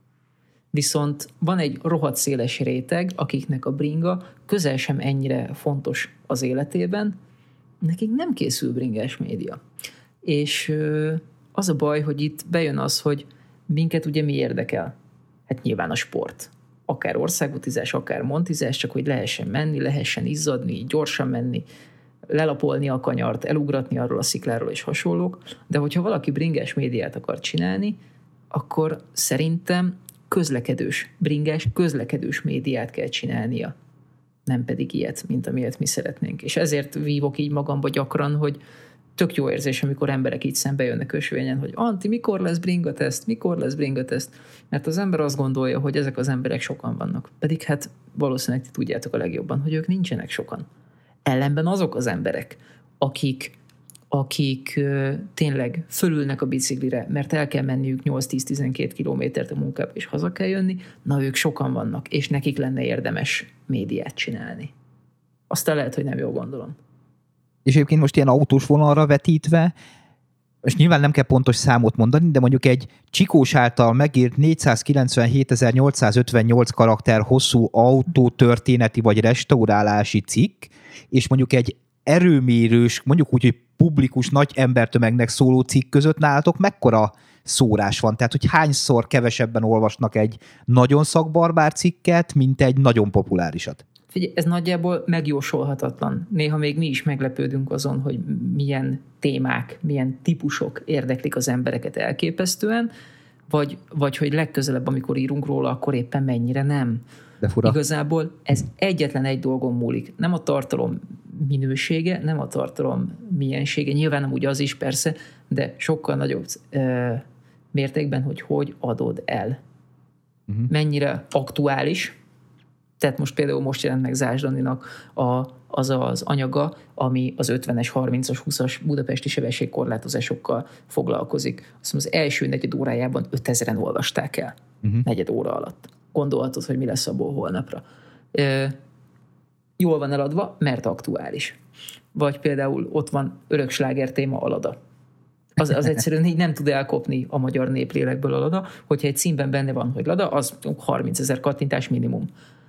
Viszont van egy rohadt széles réteg, akiknek a bringa közel sem ennyire fontos az életében, nekik nem készül bringás média. És ö, az a baj, hogy itt bejön az, hogy minket ugye mi érdekel? Hát nyilván a sport. Akár országutizás, akár montizás, csak hogy lehessen menni, lehessen izzadni, gyorsan menni, lelapolni a kanyart, elugratni arról a szikláról és hasonlók. De hogyha valaki bringás médiát akar csinálni, akkor szerintem közlekedős, bringás, közlekedős médiát kell csinálnia. Nem pedig ilyet, mint amilyet mi szeretnénk. És ezért vívok így magamba gyakran, hogy tök jó érzés, amikor emberek így szembe jönnek ösvényen, hogy Anti, mikor lesz bringateszt, mikor lesz bringateszt? Mert az ember azt gondolja, hogy ezek az emberek sokan vannak. Pedig hát valószínűleg ti tudjátok a legjobban, hogy ők nincsenek sokan. Ellenben azok az emberek, akik, akik ö, tényleg fölülnek a biciklire, mert el kell menniük nyolc-tíz-tizenkét kilométert a munkába, és haza kell jönni, na ők sokan vannak, és nekik lenne érdemes médiát csinálni. Aztán lehet, hogy nem jól gondolom. És egyébként most ilyen autós vonalra vetítve, és nyilván nem kell pontos számot mondani, de mondjuk egy Csikós által megírt négyszázkilencvenhétezer-nyolcszázötvennyolc karakter hosszú autótörténeti vagy restaurálási cikk, és mondjuk egy erőmérős, mondjuk úgy, hogy publikus nagy embertömegnek szóló cikk között nálatok mekkora szórás van? Tehát, hogy hányszor kevesebben olvasnak egy nagyon szakbarbár cikket, mint egy nagyon populárisat? Figyelj, ez nagyjából megjósolhatatlan. Néha még mi is meglepődünk azon, hogy milyen témák, milyen típusok érdeklik az embereket elképesztően, vagy, vagy hogy legközelebb, amikor írunk róla, akkor éppen mennyire nem. De fura. Igazából ez egyetlen egy dolgon múlik. Nem a tartalom minősége, nem a tartalom miensége, nyilván nem úgy az is persze, de sokkal nagyobb ö, mértékben, hogy hogy adod el. Uh-huh. Mennyire aktuális. Tehát most például most jelent meg Zás Daninak a, az az anyaga, ami az ötvenes, harmincas, húszas budapesti sebességkorlátozásokkal foglalkozik. Azt mondom, az első negyed órájában ötezren olvasták el. Uh-huh. Negyed óra alatt. Gondolhatod, hogy mi lesz abból holnapra. E, jól van eladva, mert aktuális. Vagy például ott van öröksláger téma a Lada. Az, az egyszerűen így nem tud elkopni a magyar néplélekből a Lada, hogyha egy címben benne van, hogy Lada, az harmincezer kattintás minimum.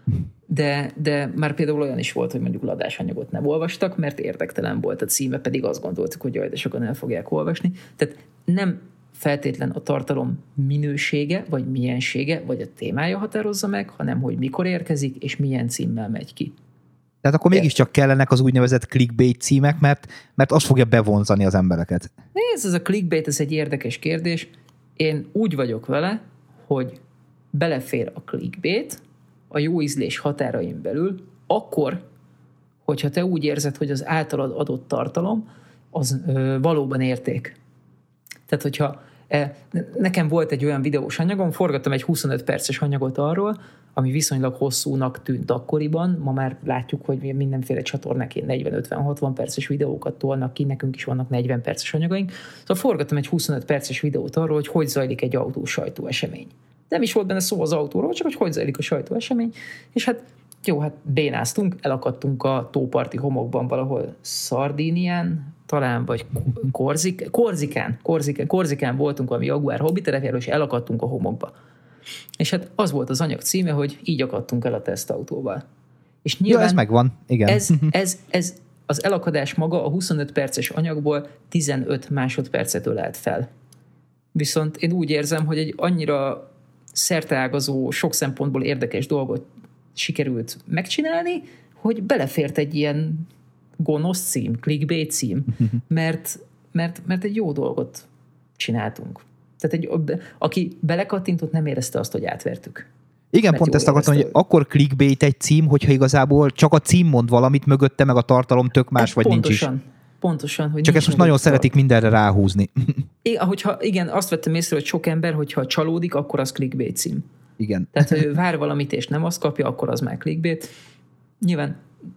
De, de már például olyan is volt, hogy mondjuk ladás anyagot nem olvastak, mert érdektelen volt a címe, pedig azt gondoltuk, hogy jaj, de sokan el fogják olvasni. Tehát nem feltétlen a tartalom minősége, vagy miensége, vagy a témája határozza meg, hanem hogy mikor érkezik, és milyen címmel megy ki. Tehát akkor mégiscsak kellenek az úgynevezett clickbait címek, mert, mert az fogja bevonzani az embereket. Ez, ez a clickbait, ez egy érdekes kérdés. Én úgy vagyok vele, hogy belefér a clickbait a jó ízlés határain belül, akkor, hogyha te úgy érzed, hogy az általad adott tartalom, az ö, valóban érték. Tehát, hogyha e, nekem volt egy olyan videós anyagom, forgattam egy huszonöt perces anyagot arról, ami viszonylag hosszúnak tűnt akkoriban, ma már látjuk, hogy mindenféle csatornák ilyen negyven ötven hatvan perces videókat tolnak ki, nekünk is vannak negyven perces anyagaink. Szóval forgattam egy huszonöt perces videót arról, hogy hogy zajlik egy autós sajtóesemény. Nem is volt benne szó az autóról, csak hogy hogy zajlik a sajtóesemény, és hát jó, hát bénáztunk, elakadtunk a tóparti homokban valahol Szardínián, talán, vagy Korzik, Korzikán, Korzikán, Korzikán voltunk valami Jaguar hobbiterepjáról, és elakadtunk a homokba. És hát az volt az anyag címe, hogy így akadtunk el a tesztautóval. És nyilván ja, ez megvan, igen. Ez, ez, ez az elakadás maga a huszonöt perces anyagból tizenöt másodpercet ölelt fel. Viszont én úgy érzem, hogy egy annyira szerteágazó, sok szempontból érdekes dolgot sikerült megcsinálni, hogy belefért egy ilyen gonosz cím, clickbait cím, mert, mert, mert egy jó dolgot csináltunk. Tehát egy, aki belekattintott, nem érezte azt, hogy átvertük. Igen, pont ezt akartam, hogy akkor clickbait egy cím, hogyha igazából csak a cím mond valamit, mögötte meg a tartalom tök más, vagy pontosan, nincs is. Pontosan. Hogy csak ezt most nagyon a... szeretik mindenre ráhúzni. Igen, ahogyha, igen, azt vettem észre, hogy sok ember, hogyha csalódik, akkor az clickbait cím. Igen. Tehát, ha ő vár valamit, és nem azt kapja, akkor az már clickbait. Nyilván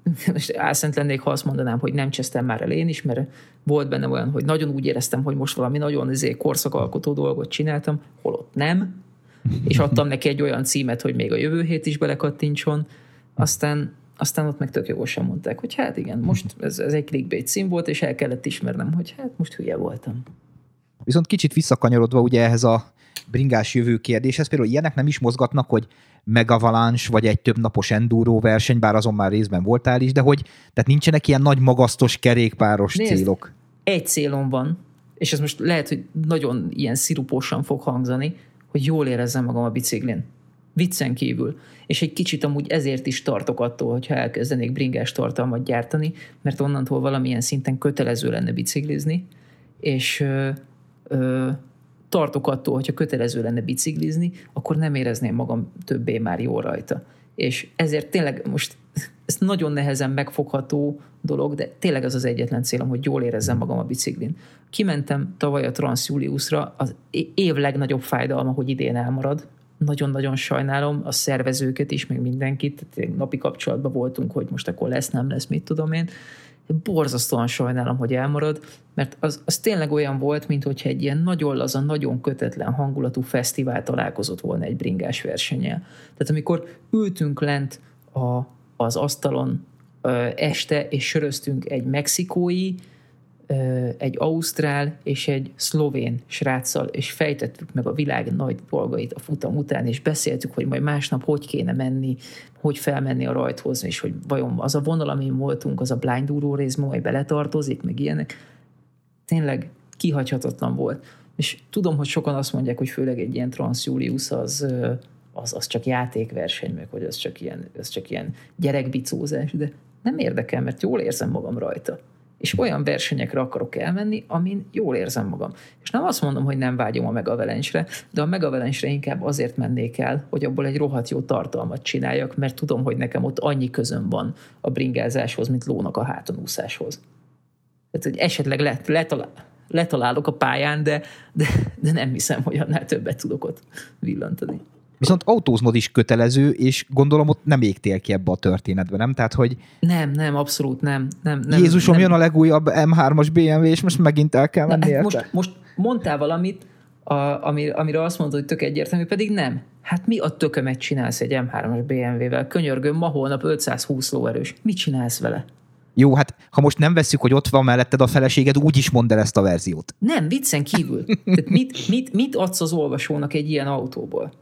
álszent lennék, ha azt mondanám, hogy nem csesztem már el én is, mert volt benne olyan, hogy nagyon úgy éreztem, hogy most valami nagyon izé, korszakalkotó dolgot csináltam, holott nem, és adtam neki egy olyan címet, hogy még a jövő hét is belekattintson, aztán, aztán ott meg tök jogosan mondták, hogy hát igen, most ez, ez egy clickbait cím volt, és el kellett ismernem, hogy hát most hülye voltam. Viszont kicsit visszakanyarodva ugye ehhez a bringás jövő kérdéshez, például ilyenek nem is mozgatnak, hogy megavalanche, vagy egy több napos enduro verseny, bár azon már részben voltál is, de hogy tehát nincsenek ilyen nagy magasztos kerékpáros Nézd, célok. Egy célom van, és ez most lehet, hogy nagyon ilyen sziruposan fog hangzani, hogy jól érezzem magam a biciklin. Viccen kívül. És egy kicsit amúgy ezért is tartok attól, hogyha elkezdenék bringás tartalmat gyártani, mert onnantól valamilyen szinten kötelező lenne biciklizni, és ö, ö, tartok attól, hogyha kötelező lenne biciklizni, akkor nem érezném magam többé már jól rajta. És ezért tényleg most ez nagyon nehezen megfogható dolog, de tényleg az az egyetlen célom, hogy jól érezzem magam a biciklin. Kimentem tavaly a Transjuliusra, az év legnagyobb fájdalma, hogy idén elmarad. Nagyon-nagyon sajnálom a szervezőket is, meg mindenkit. Tehát napi kapcsolatban voltunk, hogy most akkor lesz, nem lesz, mit tudom én. Borzasztóan sajnálom, hogy elmarad, mert az, az tényleg olyan volt, mint hogyha egy ilyen nagyon laza, nagyon kötetlen hangulatú fesztivál találkozott volna egy bringás versennyel. Tehát amikor ültünk lent a, az asztalon ö, este, és söröztünk egy mexikói, ö, egy ausztrál és egy szlovén sráccal, és fejtettük meg a világ nagy dolgait a futam után, és beszéltük, hogy majd másnap hogy kéne menni, hogy felmenni a rajthoz, és hogy vajon az a vonal, amin voltunk, az a blind enduro rész majd beletartozik, meg ilyenek. Tényleg kihagyhatatlan volt. És tudom, hogy sokan azt mondják, hogy főleg egy ilyen Transjulius az, az, az csak játékverseny, meg hogy az csak ilyen, az csak ilyen gyerekbicózás, de nem érdekel, mert jól érzem magam rajta. És olyan versenyekre akarok elmenni, amin jól érzem magam. És nem azt mondom, hogy nem vágyom a Megavalanche-re, de a Megavalanche-re inkább azért mennék el, hogy abból egy rohadt jó tartalmat csináljak, mert tudom, hogy nekem ott annyi közöm van a bringázáshoz, mint lónak a hátonúszáshoz. Tehát, hogy esetleg let, letalál, letalálok a pályán, de, de, de nem hiszem, hogy annál többet tudok ott villantani. Viszont autóznod is kötelező, és gondolom ott nem égtél ki ebbe a történetbe, nem? Tehát, hogy... Nem, nem, abszolút nem. nem, nem Jézusom, nem. jön a legújabb em hármas bé em vé, és most megint el kell menni érte. Most, most mondtál valamit, a, amire, amire azt mondod, hogy tök egyértelmű, pedig nem. Hát mi a tökömet csinálsz egy em hármas bé em vé-vel? Könyörgöm, ma holnap ötszázhúsz lóerős. Mit csinálsz vele? Jó, hát ha most nem vesszük, hogy ott van melletted a feleséged, úgy is mondd el ezt a verziót. Nem, viccen kívül. Tehát mit, mit, mit adsz az olvasónak egy ilyen autóból?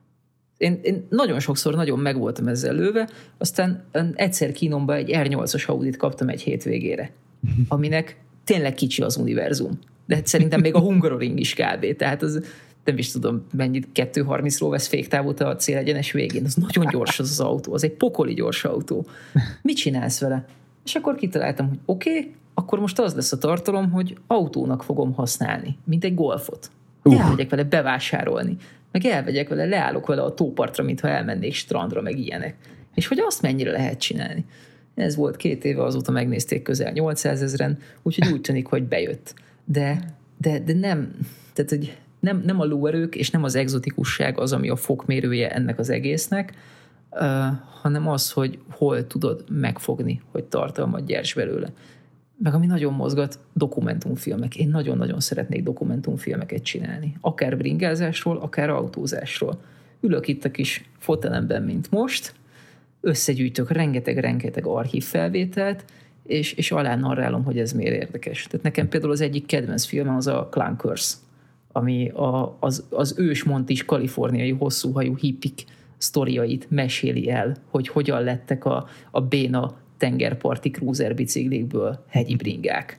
Én, én nagyon sokszor nagyon meg voltam ezzel lőve, aztán egyszer Kínomban egy er nyolcas Audit kaptam egy hétvégére, aminek tényleg kicsi az univerzum. De hát szerintem még a Hungaroring is kb. Tehát az, nem is tudom, mennyit, kettő harmincról vesz féktávot a célegyenes végén. Az nagyon gyors az az autó, az egy pokoli gyors autó. Mit csinálsz vele? És akkor kitaláltam, hogy oké, okay, akkor most az lesz a tartalom, hogy autónak fogom használni, mint egy golfot. Uh. Elmegyek vele bevásárolni, meg elvegyek vele, leállok vele a tópartra, mintha elmennék strandra, meg ilyenek. És hogy azt mennyire lehet csinálni. Ez volt két éve, azóta megnézték közel nyolcszázezren, úgyhogy úgy tűnik, hogy bejött. De, de, de nem, tehát, hogy nem, nem a lóerők és nem az egzotikusság az, ami a fokmérője ennek az egésznek, uh, hanem az, hogy hol tudod megfogni, hogy tartalmat gyers belőle. Meg ami nagyon mozgat, dokumentumfilmek. Én nagyon-nagyon szeretnék dokumentumfilmeket csinálni. Akár bringázásról, akár autózásról. Ülök itt a kis fotelemben, mint most, összegyűjtök rengeteg-rengeteg archív felvételt, és, és alá narrálom, hogy ez miért érdekes. Tehát nekem például az egyik kedvenc filmem az a Clunkers, ami a, az, az ősmontis kaliforniai hosszúhajú hippik sztoriait meséli el, hogy hogyan lettek a, a béna tengerparti cruiser biciklikből hegyi bringák.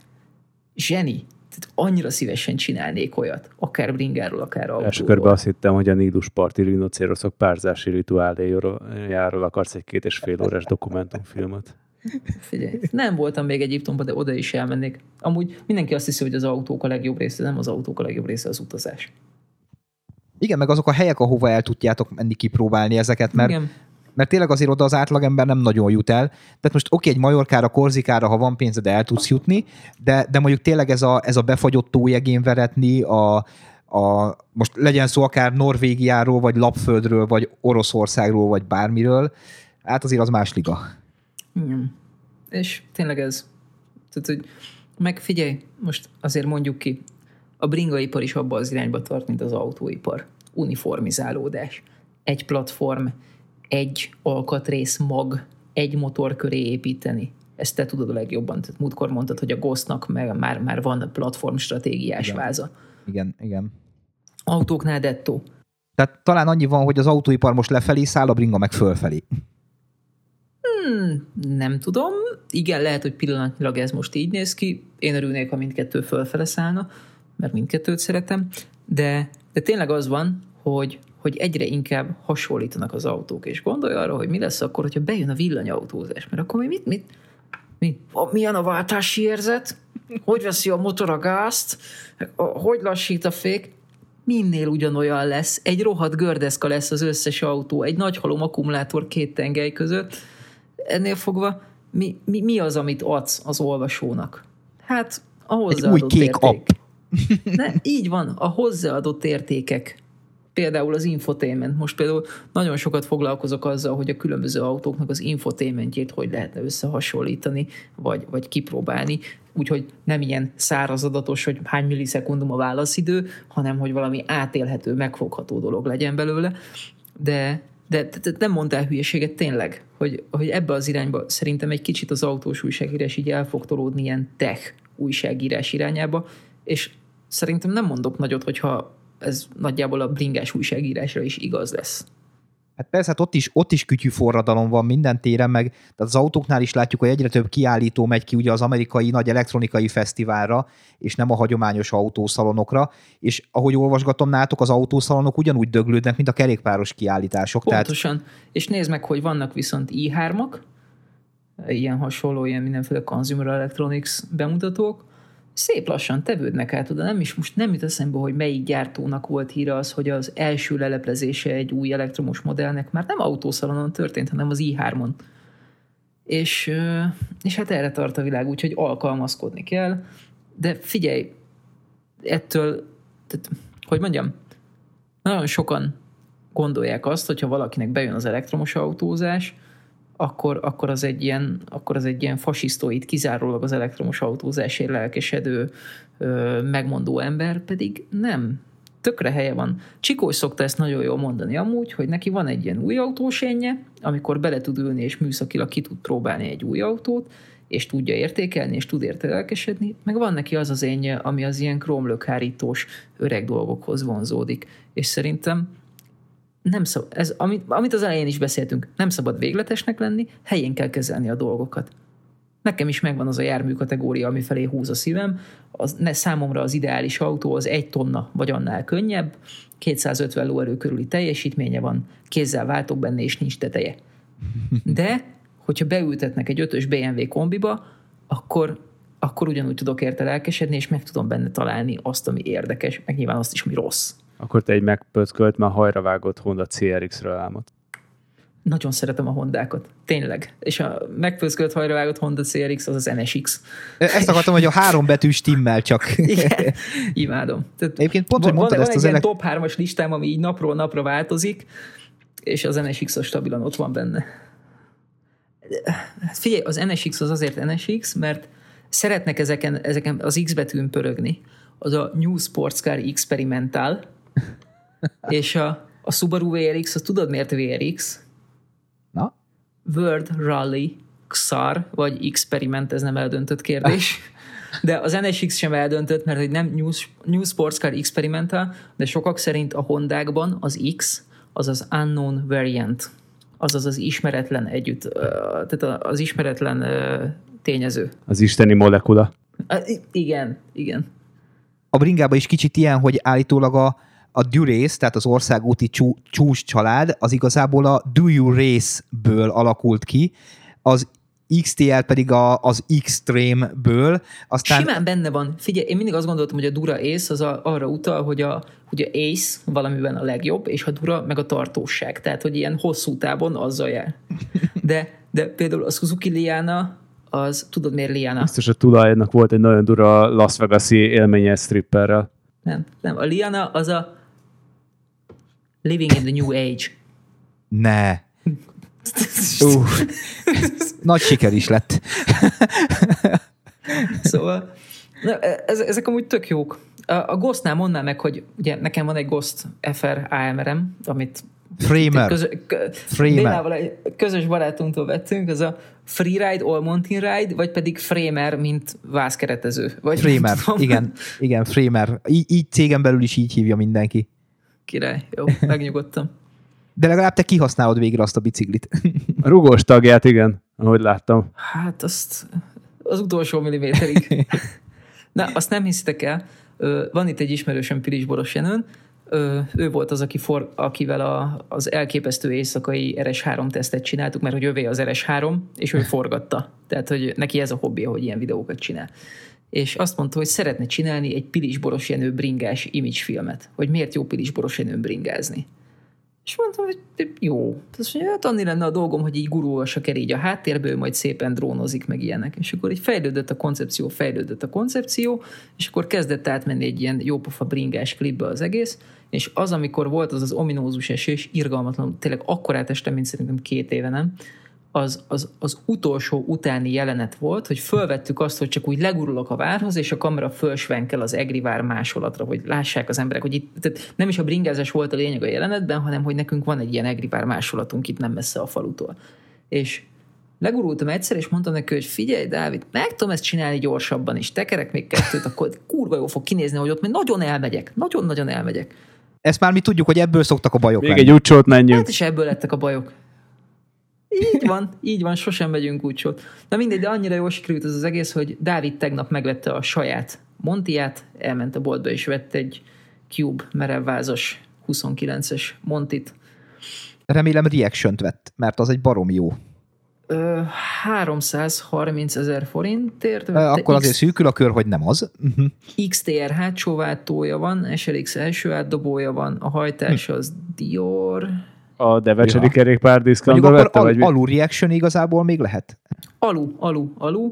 Zseni! Tehát annyira szívesen csinálnék olyat, akár bringáról, akár autóról. Első körben azt hittem, hogy a Nílusparti rinocéroszok párzási rituáléjáról akarsz egy két és fél órás dokumentumfilmet. Figyelj, nem voltam még Egyiptomban, de oda is elmennék. Amúgy mindenki azt hiszi, hogy az autók a legjobb része, nem az autók a legjobb része, az utazás. Igen, meg azok a helyek, ahova el tudjátok menni kipróbálni ezeket, mert, mert tényleg azért oda az átlagember nem nagyon jut el. Tehát most oké, egy Majorkára, Korzikára, ha van pénzed, el tudsz jutni, de, de mondjuk tényleg ez a, ez a befagyott tójegén veretni, a, a, most legyen szó akár Norvégiáról, vagy Lapföldről, vagy Oroszországról, vagy bármiről, hát azért az más liga. Igen. És tényleg ez. Tehát, hogy megfigyelj, most azért mondjuk ki, a bringaipar is abba az irányba tart, mint az autóipar. Uniformizálódás. Egy platform, egy alkatrész mag, egy motor köré építeni. Ezt te tudod a legjobban. Tehát múltkor mondtad, hogy a Ghostnak meg már, már van platform stratégiás igen. váza. Igen, igen. Autóknál dettó. Tehát talán annyi van, hogy az autóipar most lefelé száll, a bringa meg fölfelé. Hmm, nem tudom. Igen, lehet, hogy pillanatnyilag ez most így néz ki. Én örülnék, ha mindkettő fölfele szállna, mert mindkettőt szeretem. De, de tényleg az van, hogy, hogy egyre inkább hasonlítanak az autók, és gondolj arra, hogy mi lesz akkor, hogyha bejön a villanyautózás. Mert akkor mit, mit, mit? Milyen a váltási érzet? Hogy veszi a motor a gázt? Hogy lassít a fék? Minél ugyanolyan lesz. Egy rohadt gördeszka lesz az összes autó, egy nagy halom akkumulátor két tengely között. Ennél fogva mi, mi, mi az, amit adsz az olvasónak? Hát a hozzáadott egy új kék érték. app. Ne, így van, a hozzáadott értékek. Például az infotainment. Most például nagyon sokat foglalkozok azzal, hogy a különböző autóknak az infotainmentjét hogy lehetne összehasonlítani, vagy, vagy kipróbálni. Úgyhogy nem ilyen szárazadatos, hogy hány millisekundum a válaszidő, hanem hogy valami átélhető, megfogható dolog legyen belőle. De, de, de nem mondtál hülyeséget tényleg, hogy, hogy ebbe az irányba szerintem egy kicsit az autós újságírás így el fog tolódni ilyen tech újságírás irányába, és szerintem nem mondok nagyot, hogyha ez nagyjából a bringás újságírásra is igaz lesz. Hát persze, hát ott is, ott is kütyű forradalom van minden téren, meg tehát az autóknál is látjuk, hogy egyre több kiállító megy ki ugye az amerikai nagy elektronikai fesztiválra, és nem a hagyományos autószalonokra, és ahogy olvasgatom nálatok, az autószalonok ugyanúgy döglődnek, mint a kerékpáros kiállítások. Pontosan. Tehát... És nézd meg, hogy vannak viszont i hármak, ilyen hasonló, ilyen mindenféle consumer electronics bemutatók, szép lassan tevődnek át oda. Nem is most nem jut eszembe, hogy melyik gyártónak volt híre az, hogy az első leleplezése egy új elektromos modellnek már nem autószalonon történt, hanem az i hármon. És, és hát erre tart a világ, úgyhogy alkalmazkodni kell. De figyelj, ettől, tehát, hogy mondjam, nagyon sokan gondolják azt, hogyha valakinek bejön az elektromos autózás, Akkor, akkor, az egy ilyen, akkor az egy ilyen fasisztoid, kizárólag az elektromos autózásért lelkesedő, ö, megmondó ember, pedig nem. Tökre helye van. Csikós szokta ezt nagyon jól mondani amúgy, hogy neki van egy ilyen új autósénje, amikor bele tud ülni és műszakilag ki tud próbálni egy új autót, és tudja értékelni, és tud érte lelkesedni, meg van neki az az énje, ami az ilyen krómlökhárítós öreg dolgokhoz vonzódik. És szerintem nem szab, ez, amit, amit az elején is beszéltünk, nem szabad végletesnek lenni, helyén kell kezelni a dolgokat. Nekem is megvan az a jármű kategória, ami felé húz a szívem. Az, ne, számomra az ideális autó az egy tonna vagy annál könnyebb, kétszázötven lóerő körüli teljesítménye van, kézzel váltok benne, és nincs teteje. De, hogyha beültetnek egy ötös bé em vé kombiba, akkor, akkor ugyanúgy tudok érte lelkesedni, és meg tudom benne találni azt, ami érdekes, meg nyilván azt is, ami rossz. Akkor te egy megpöckölt, már hajra vágott Honda cé er iksz-ről álmod. Nagyon szeretem a Hondákat. Tényleg. És a megpöckölt hajra vágott Honda cé er iksz az az en es iksz. Ezt akartam, hogy a három betű stimmel csak. Igen, imádom. Tehát Egyébként pont, hogy mondtad van, ezt van az egy elek... top hármas listám, ami így napról napra változik, és az en es iksz az stabilan ott van benne. Hát figyelj, az en es iksz az azért en es iksz, mert szeretnek ezeken, ezeken az X betűn pörögni. Az a New Sports Car Experimental, és a, a Subaru vé er iksz, az tudod miért vé er iksz? Na? World Rally iksz er, vagy Experiment, ez nem eldöntött kérdés. De az en es iksz sem eldöntött, mert hogy nem New, New Sports Car Experimental, de sokak szerint a Hondákban az X, az az Unknown Variant, azaz az ismeretlen együtt, tehát az ismeretlen tényező. Az isteni molekula. Igen, igen. A bringában is kicsit ilyen, hogy állítólag a, a Durace, tehát az országúti csú, csúcs család, az igazából a Do You Race-ből alakult ki, az iksz té el pedig a, az Xtreme-ből. Aztán... Simán benne van. Figyelj, én mindig azt gondoltam, hogy a Dura Ace az a, arra utal, hogy a, hogy a Ace valamiben a legjobb, és a Dura meg a tartóság. Tehát, hogy ilyen hosszú távon azzal jár. De, de például a Suzuki Liana, az, tudod miért Liana? Biztos a tulajnak volt egy nagyon dura Las Vegas-i élménye stripperrel. Nem, nem. A Liana az a Living in the New Age. Ne. Uh, nagy siker is lett. Szóval na, ez, ezek amúgy tök jók. A, a Ghostnál mondd meg, hogy ugye nekem van egy Ghost ef er á em er-em, amit Framer. Közö, kö, Bénával egy közös barátunktól vettünk, az a Freeride, All Mountain Ride, vagy pedig Framer, mint vászkeretező. Vagy Framer, igen, igen, Framer. Így, így cégen belül is így hívja mindenki. Király, jó, megnyugodtam. De legalább te kihasználod végre azt a biciklit. A rugós tagját, igen, ahogy láttam. Hát azt az utolsó milliméterig. Na, azt nem hiszitek el. Van itt egy ismerősöm, Pilisboros Jenőn. Ő volt az, aki for, akivel a, az elképesztő éjszakai er es három tesztet csináltuk, mert hogy övé az er es három, és ő forgatta. Tehát, hogy neki ez a hobbija, hogy ilyen videókat csinál. És azt mondta, hogy szeretne csinálni egy Pilisboros Jenő bringás image filmet. Hogy miért jó Pilisboros Jenőn bringázni. És mondtam, hogy jó. Azt mondja, hát annyi lenne a dolgom, hogy így gurulgassak el így a háttérből, majd szépen drónozik meg ilyenek. És akkor így fejlődött a koncepció, fejlődött a koncepció, és akkor kezdett átmenni egy ilyen jópofa bringás klipbe az egész, és az, amikor volt az az ominózus esés, irgalmatlan, tényleg akkorát estem, mint szerintem két éve, nem? Az, az, az utolsó utáni jelenet volt, hogy fölvettük azt, hogy csak úgy legurulok a várhoz, és a kamera fölsvenkel az egri vár másolatra, hogy lássák az emberek, hogy itt tehát nem is a bringázás volt a lényeg a jelenetben, hanem hogy nekünk van egy ilyen egri vár másolatunk itt nem messze a falutól. És legurultam egyszer, és mondtam neki, hogy figyelj, Dávid, meg tudom ezt csinálni gyorsabban is, tekerek még kettőt, akkor kurva jól fog kinézni, hogy ott még nagyon elmegyek, nagyon-nagyon elmegyek. Ezt már mi tudjuk, hogy ebből szoktak a bajok Még lenni. egy útcsót menjünk. Hát és ebből lettek a bajok. Így van, így van, sosem megyünk útcsót. Na mindegy, de annyira jól sikerült ez az egész, hogy Dávid tegnap megvette a saját Montiát, elment a boltba és vett egy Cube merevvázas huszonkilences Montit. Remélem reaction-t vett, mert az egy barom jó. Ö, háromszázharminc ezer forintért. Ö, akkor azért X... szűkül a kör, hogy nem az. Uh-huh. iksz té er hátsó váltója van, es el iksz első átdobója van, a hajtás hm. az Dior... A Devecseri ja. kerékpár diszkantba vette? Al- vagy alu reaction igazából még lehet? Alu, alu, alu.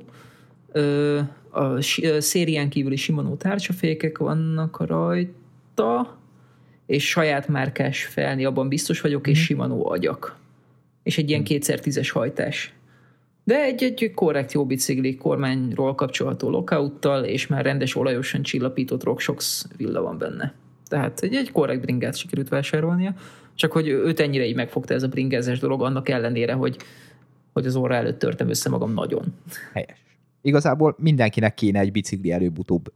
Ö, a, a szérián kívüli Shimano tárcsafékek vannak rajta, és saját márkás felni, abban biztos vagyok, és Shimano agyak. És egy ilyen kétszer tízes hajtás. De egy, egy korrekt jó bicikli, kormányról kapcsolható lockouttal, és már rendes olajosan csillapított RockShox villa van benne. Tehát egy, egy korrekt bringát sikerült vásárolnia, csak hogy őt ennyire így megfogta ez a bringázás dolog, annak ellenére, hogy, hogy az óra előtt törtem össze magam nagyon. Helyes. Igazából mindenkinek kéne egy bicikli előbb-utóbb.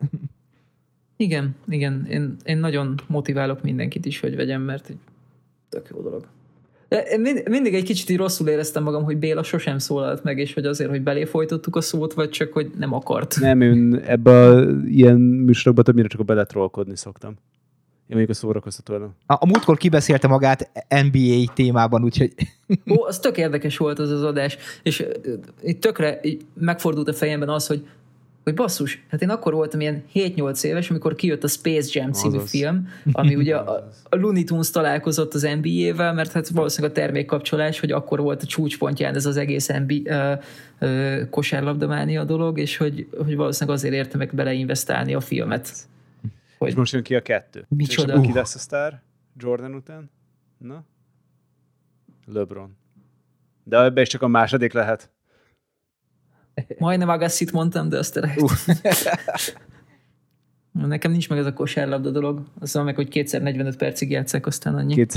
Igen, igen. Én, én nagyon motiválok mindenkit is, hogy vegyem, mert egy tök jó dolog. Mind, mindig egy kicsit így rosszul éreztem magam, hogy Béla sosem szólalt meg, és hogy azért, hogy belé folytottuk a szót, vagy csak, hogy nem akart. Nem, én ebben ilyen műsorokban többnyire csak a beletrollkodni szoktam. Én mondjuk a szórakoztató elem. A, a múltkor kibeszélte magát en bé á témában, úgyhogy... Ó, az tök érdekes volt az az adás, és itt tökre így megfordult a fejemben az, hogy hogy basszus, hát én akkor voltam ilyen hét-nyolc éves, amikor kijött a Space Jam című Azaz. film, ami ugye a, a Looney Tunes találkozott az en bé á-vel, mert hát valószínűleg a termékkapcsolás, hogy akkor volt a csúcspontján ez az egész en bé á uh, uh, kosárlabdamánia dolog, és hogy, hogy valószínűleg azért érte meg beleinvestálni a filmet. Hogy... És most jön ki a kettő. Micsoda? És ki lesz a sztár Jordan után? Na? LeBron. De ebbe is csak a második lehet. Majdnem Agasszit mondtam, de azt elejtettem. Uh. Nekem nincs meg ez a kosárlabda dolog. Azt mondom meg, hogy kétszer negyvenöt percig játsszák, aztán annyi. Kétszer.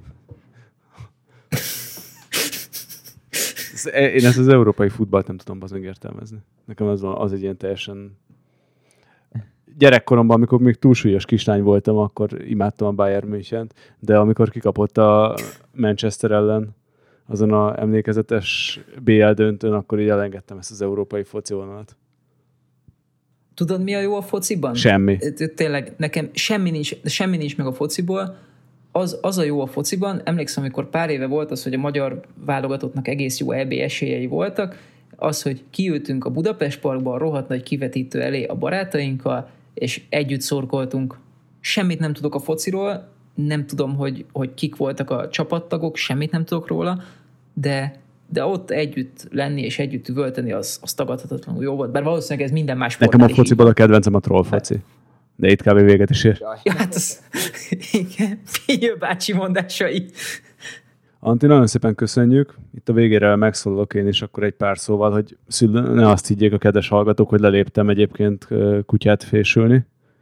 Én ezt az európai futballt nem tudom bazd értelmezni. Nekem az, az egy ilyen teljesen... Gyerekkoromban, amikor még túlsúlyos kislány voltam, akkor imádtam a Bayern Münchent, de amikor kikapott a Manchester ellen azon a emlékezetes bé el döntőn, akkor így elengedtem ezt az európai foci vonalat. Tudod, mi a jó a fociban? Semmi. Tényleg, nekem semmi nincs, semmi nincs meg a fociból. Az, az a jó a fociban, emlékszem, amikor pár éve volt az, hogy a magyar válogatottnak egész jó é bé esélyei voltak, az, hogy kiültünk a Budapest Parkba a rohadt nagy kivetítő elé a barátainkkal, és együtt szurkoltunk. Semmit nem tudok a fociról, nem tudom, hogy, hogy kik voltak a csapattagok, semmit nem tudok róla, de, de ott együtt lenni és együtt üvölteni, az, az tagadhatatlanul jó volt. Bár valószínűleg ez minden más sportnál. Nekem a fociban a kedvencem a troll foci. De itt kb. Véget is ér. Ja, hát az, igen, Figyő bácsi mondásai. Antti, nagyon szépen köszönjük. Itt a végére megszólalok én is akkor egy pár szóval, hogy szül- ne azt higgyék a kedves hallgatók, hogy leléptem egyébként kutyát fésülni.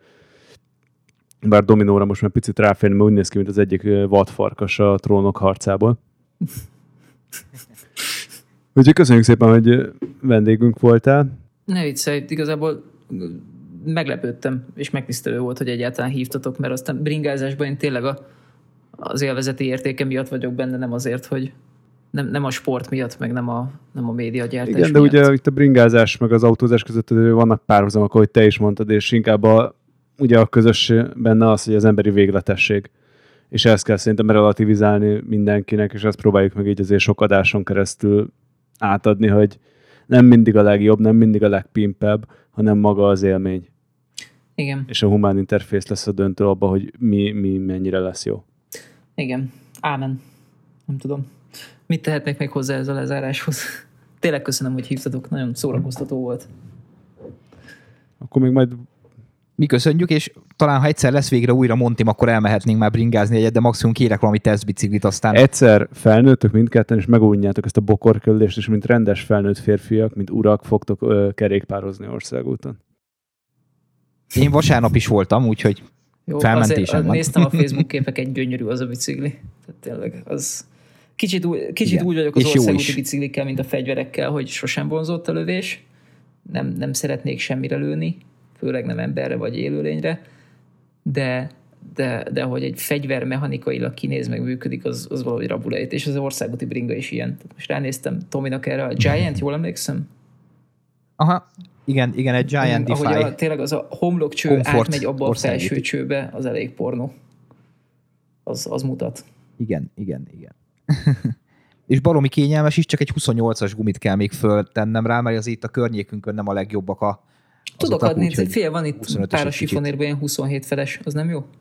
Bár Dominóra most már picit ráférni, mert úgy néz ki, mint az egyik vadfarkas a Trónok harcából. Úgyhogy köszönjük szépen, hogy vendégünk voltál. Ne viccelj, igazából meglepődtem, és megtisztelő volt, hogy egyáltalán hívtatok, mert aztán bringázásban én tényleg a, az élvezeti értéke miatt vagyok benne, nem azért, hogy nem, nem a sport miatt, meg nem a, nem a médiagyártás Igen, de miatt. ugye itt a bringázás meg az autózás között vannak párhuzamok, ahogy te is mondtad, és inkább a, ugye a közös benne az, hogy az emberi végletesség. És ezt kell szerintem relativizálni mindenkinek, és ezt próbáljuk meg így azért sok adáson keresztül átadni, hogy nem mindig a legjobb, nem mindig a legpimpebb, hanem maga az élmény. Igen. És a humán interfész lesz a döntő abban, hogy mi, mi mennyire lesz jó. Igen. Ámen. Nem tudom. Mit tehetnék még hozzá ez a lezáráshoz? Tényleg köszönöm, hogy hívtatok. Nagyon szórakoztató volt. Akkor még majd... Mi köszönjük, és talán ha egyszer lesz végre újra Montim, akkor elmehetnénk már bringázni egyet, de maximum kérek valami tesztbiciklit aztán. Egyszer felnőttök mindketten, és megújjátok ezt a bokorkölést, és mint rendes felnőtt férfiak, mint urak fogtok ö, kerékpározni országúton. Én vasárnap is voltam, úgyhogy jó, felmentésem azért, van. Néztem a Facebook képeket, gyönyörű az a bicikli. Tehát tényleg, az... Kicsit, úgy, kicsit úgy vagyok az és országúti biciklikkel, mint a fegyverekkel, hogy sosem vonzott a lövés. Nem, nem szeretnék semmire lőni, főleg nem emberre vagy élőlényre, de, de, de hogy egy fegyver mechanikailag kinéz, meg működik, az, az valahogy rabulejét, és az országúti bringa is ilyen. Tehát most ránéztem Tominak erre, a Giant, jól emlékszem? Aha, igen, igen, egy Giant Defy. Ahogy a, tényleg az a homlokcső Comfort átmegy abba a felső országúti. csőbe, az elég pornó. Az, az mutat. Igen, igen, igen. És baromi kényelmes is, csak egy huszonnyolcas gumit kell még föltennem rá, mert az itt a környékünkön nem a legjobbak a Tudok utak, adni, úgy, egy fél van itt pár a kicsit. sifonérben ilyen huszonhét feles, az nem jó?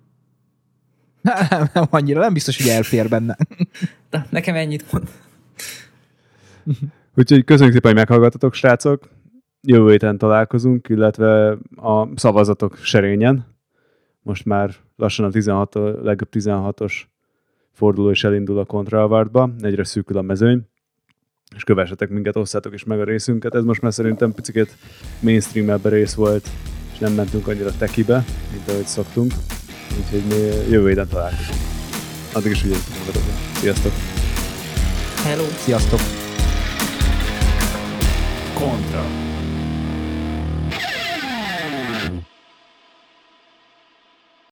Nem, nem annyira, nem biztos, hogy elfér benne. De nekem ennyit mond. Úgyhogy köszönjük szépen, hogy meghallgattatok, srácok. Jövő héten találkozunk, illetve a szavazatok serényen. Most már lassan a tizenhat, a legjobb tizenhatos forduló is elindul a Contra Awardba. Egyre szűkül a mezőny. És kövessetek minket, osszátok is meg a részünket. Ez most már szerintem picit mainstream-ebb rész volt, és nem mentünk annyira tekibe, mint ahogy szoktunk. Úgyhogy mi jövő héten találkozunk. Addig is ügyeljetek magatokra. Sziasztok! Hello! Sziasztok! Contra!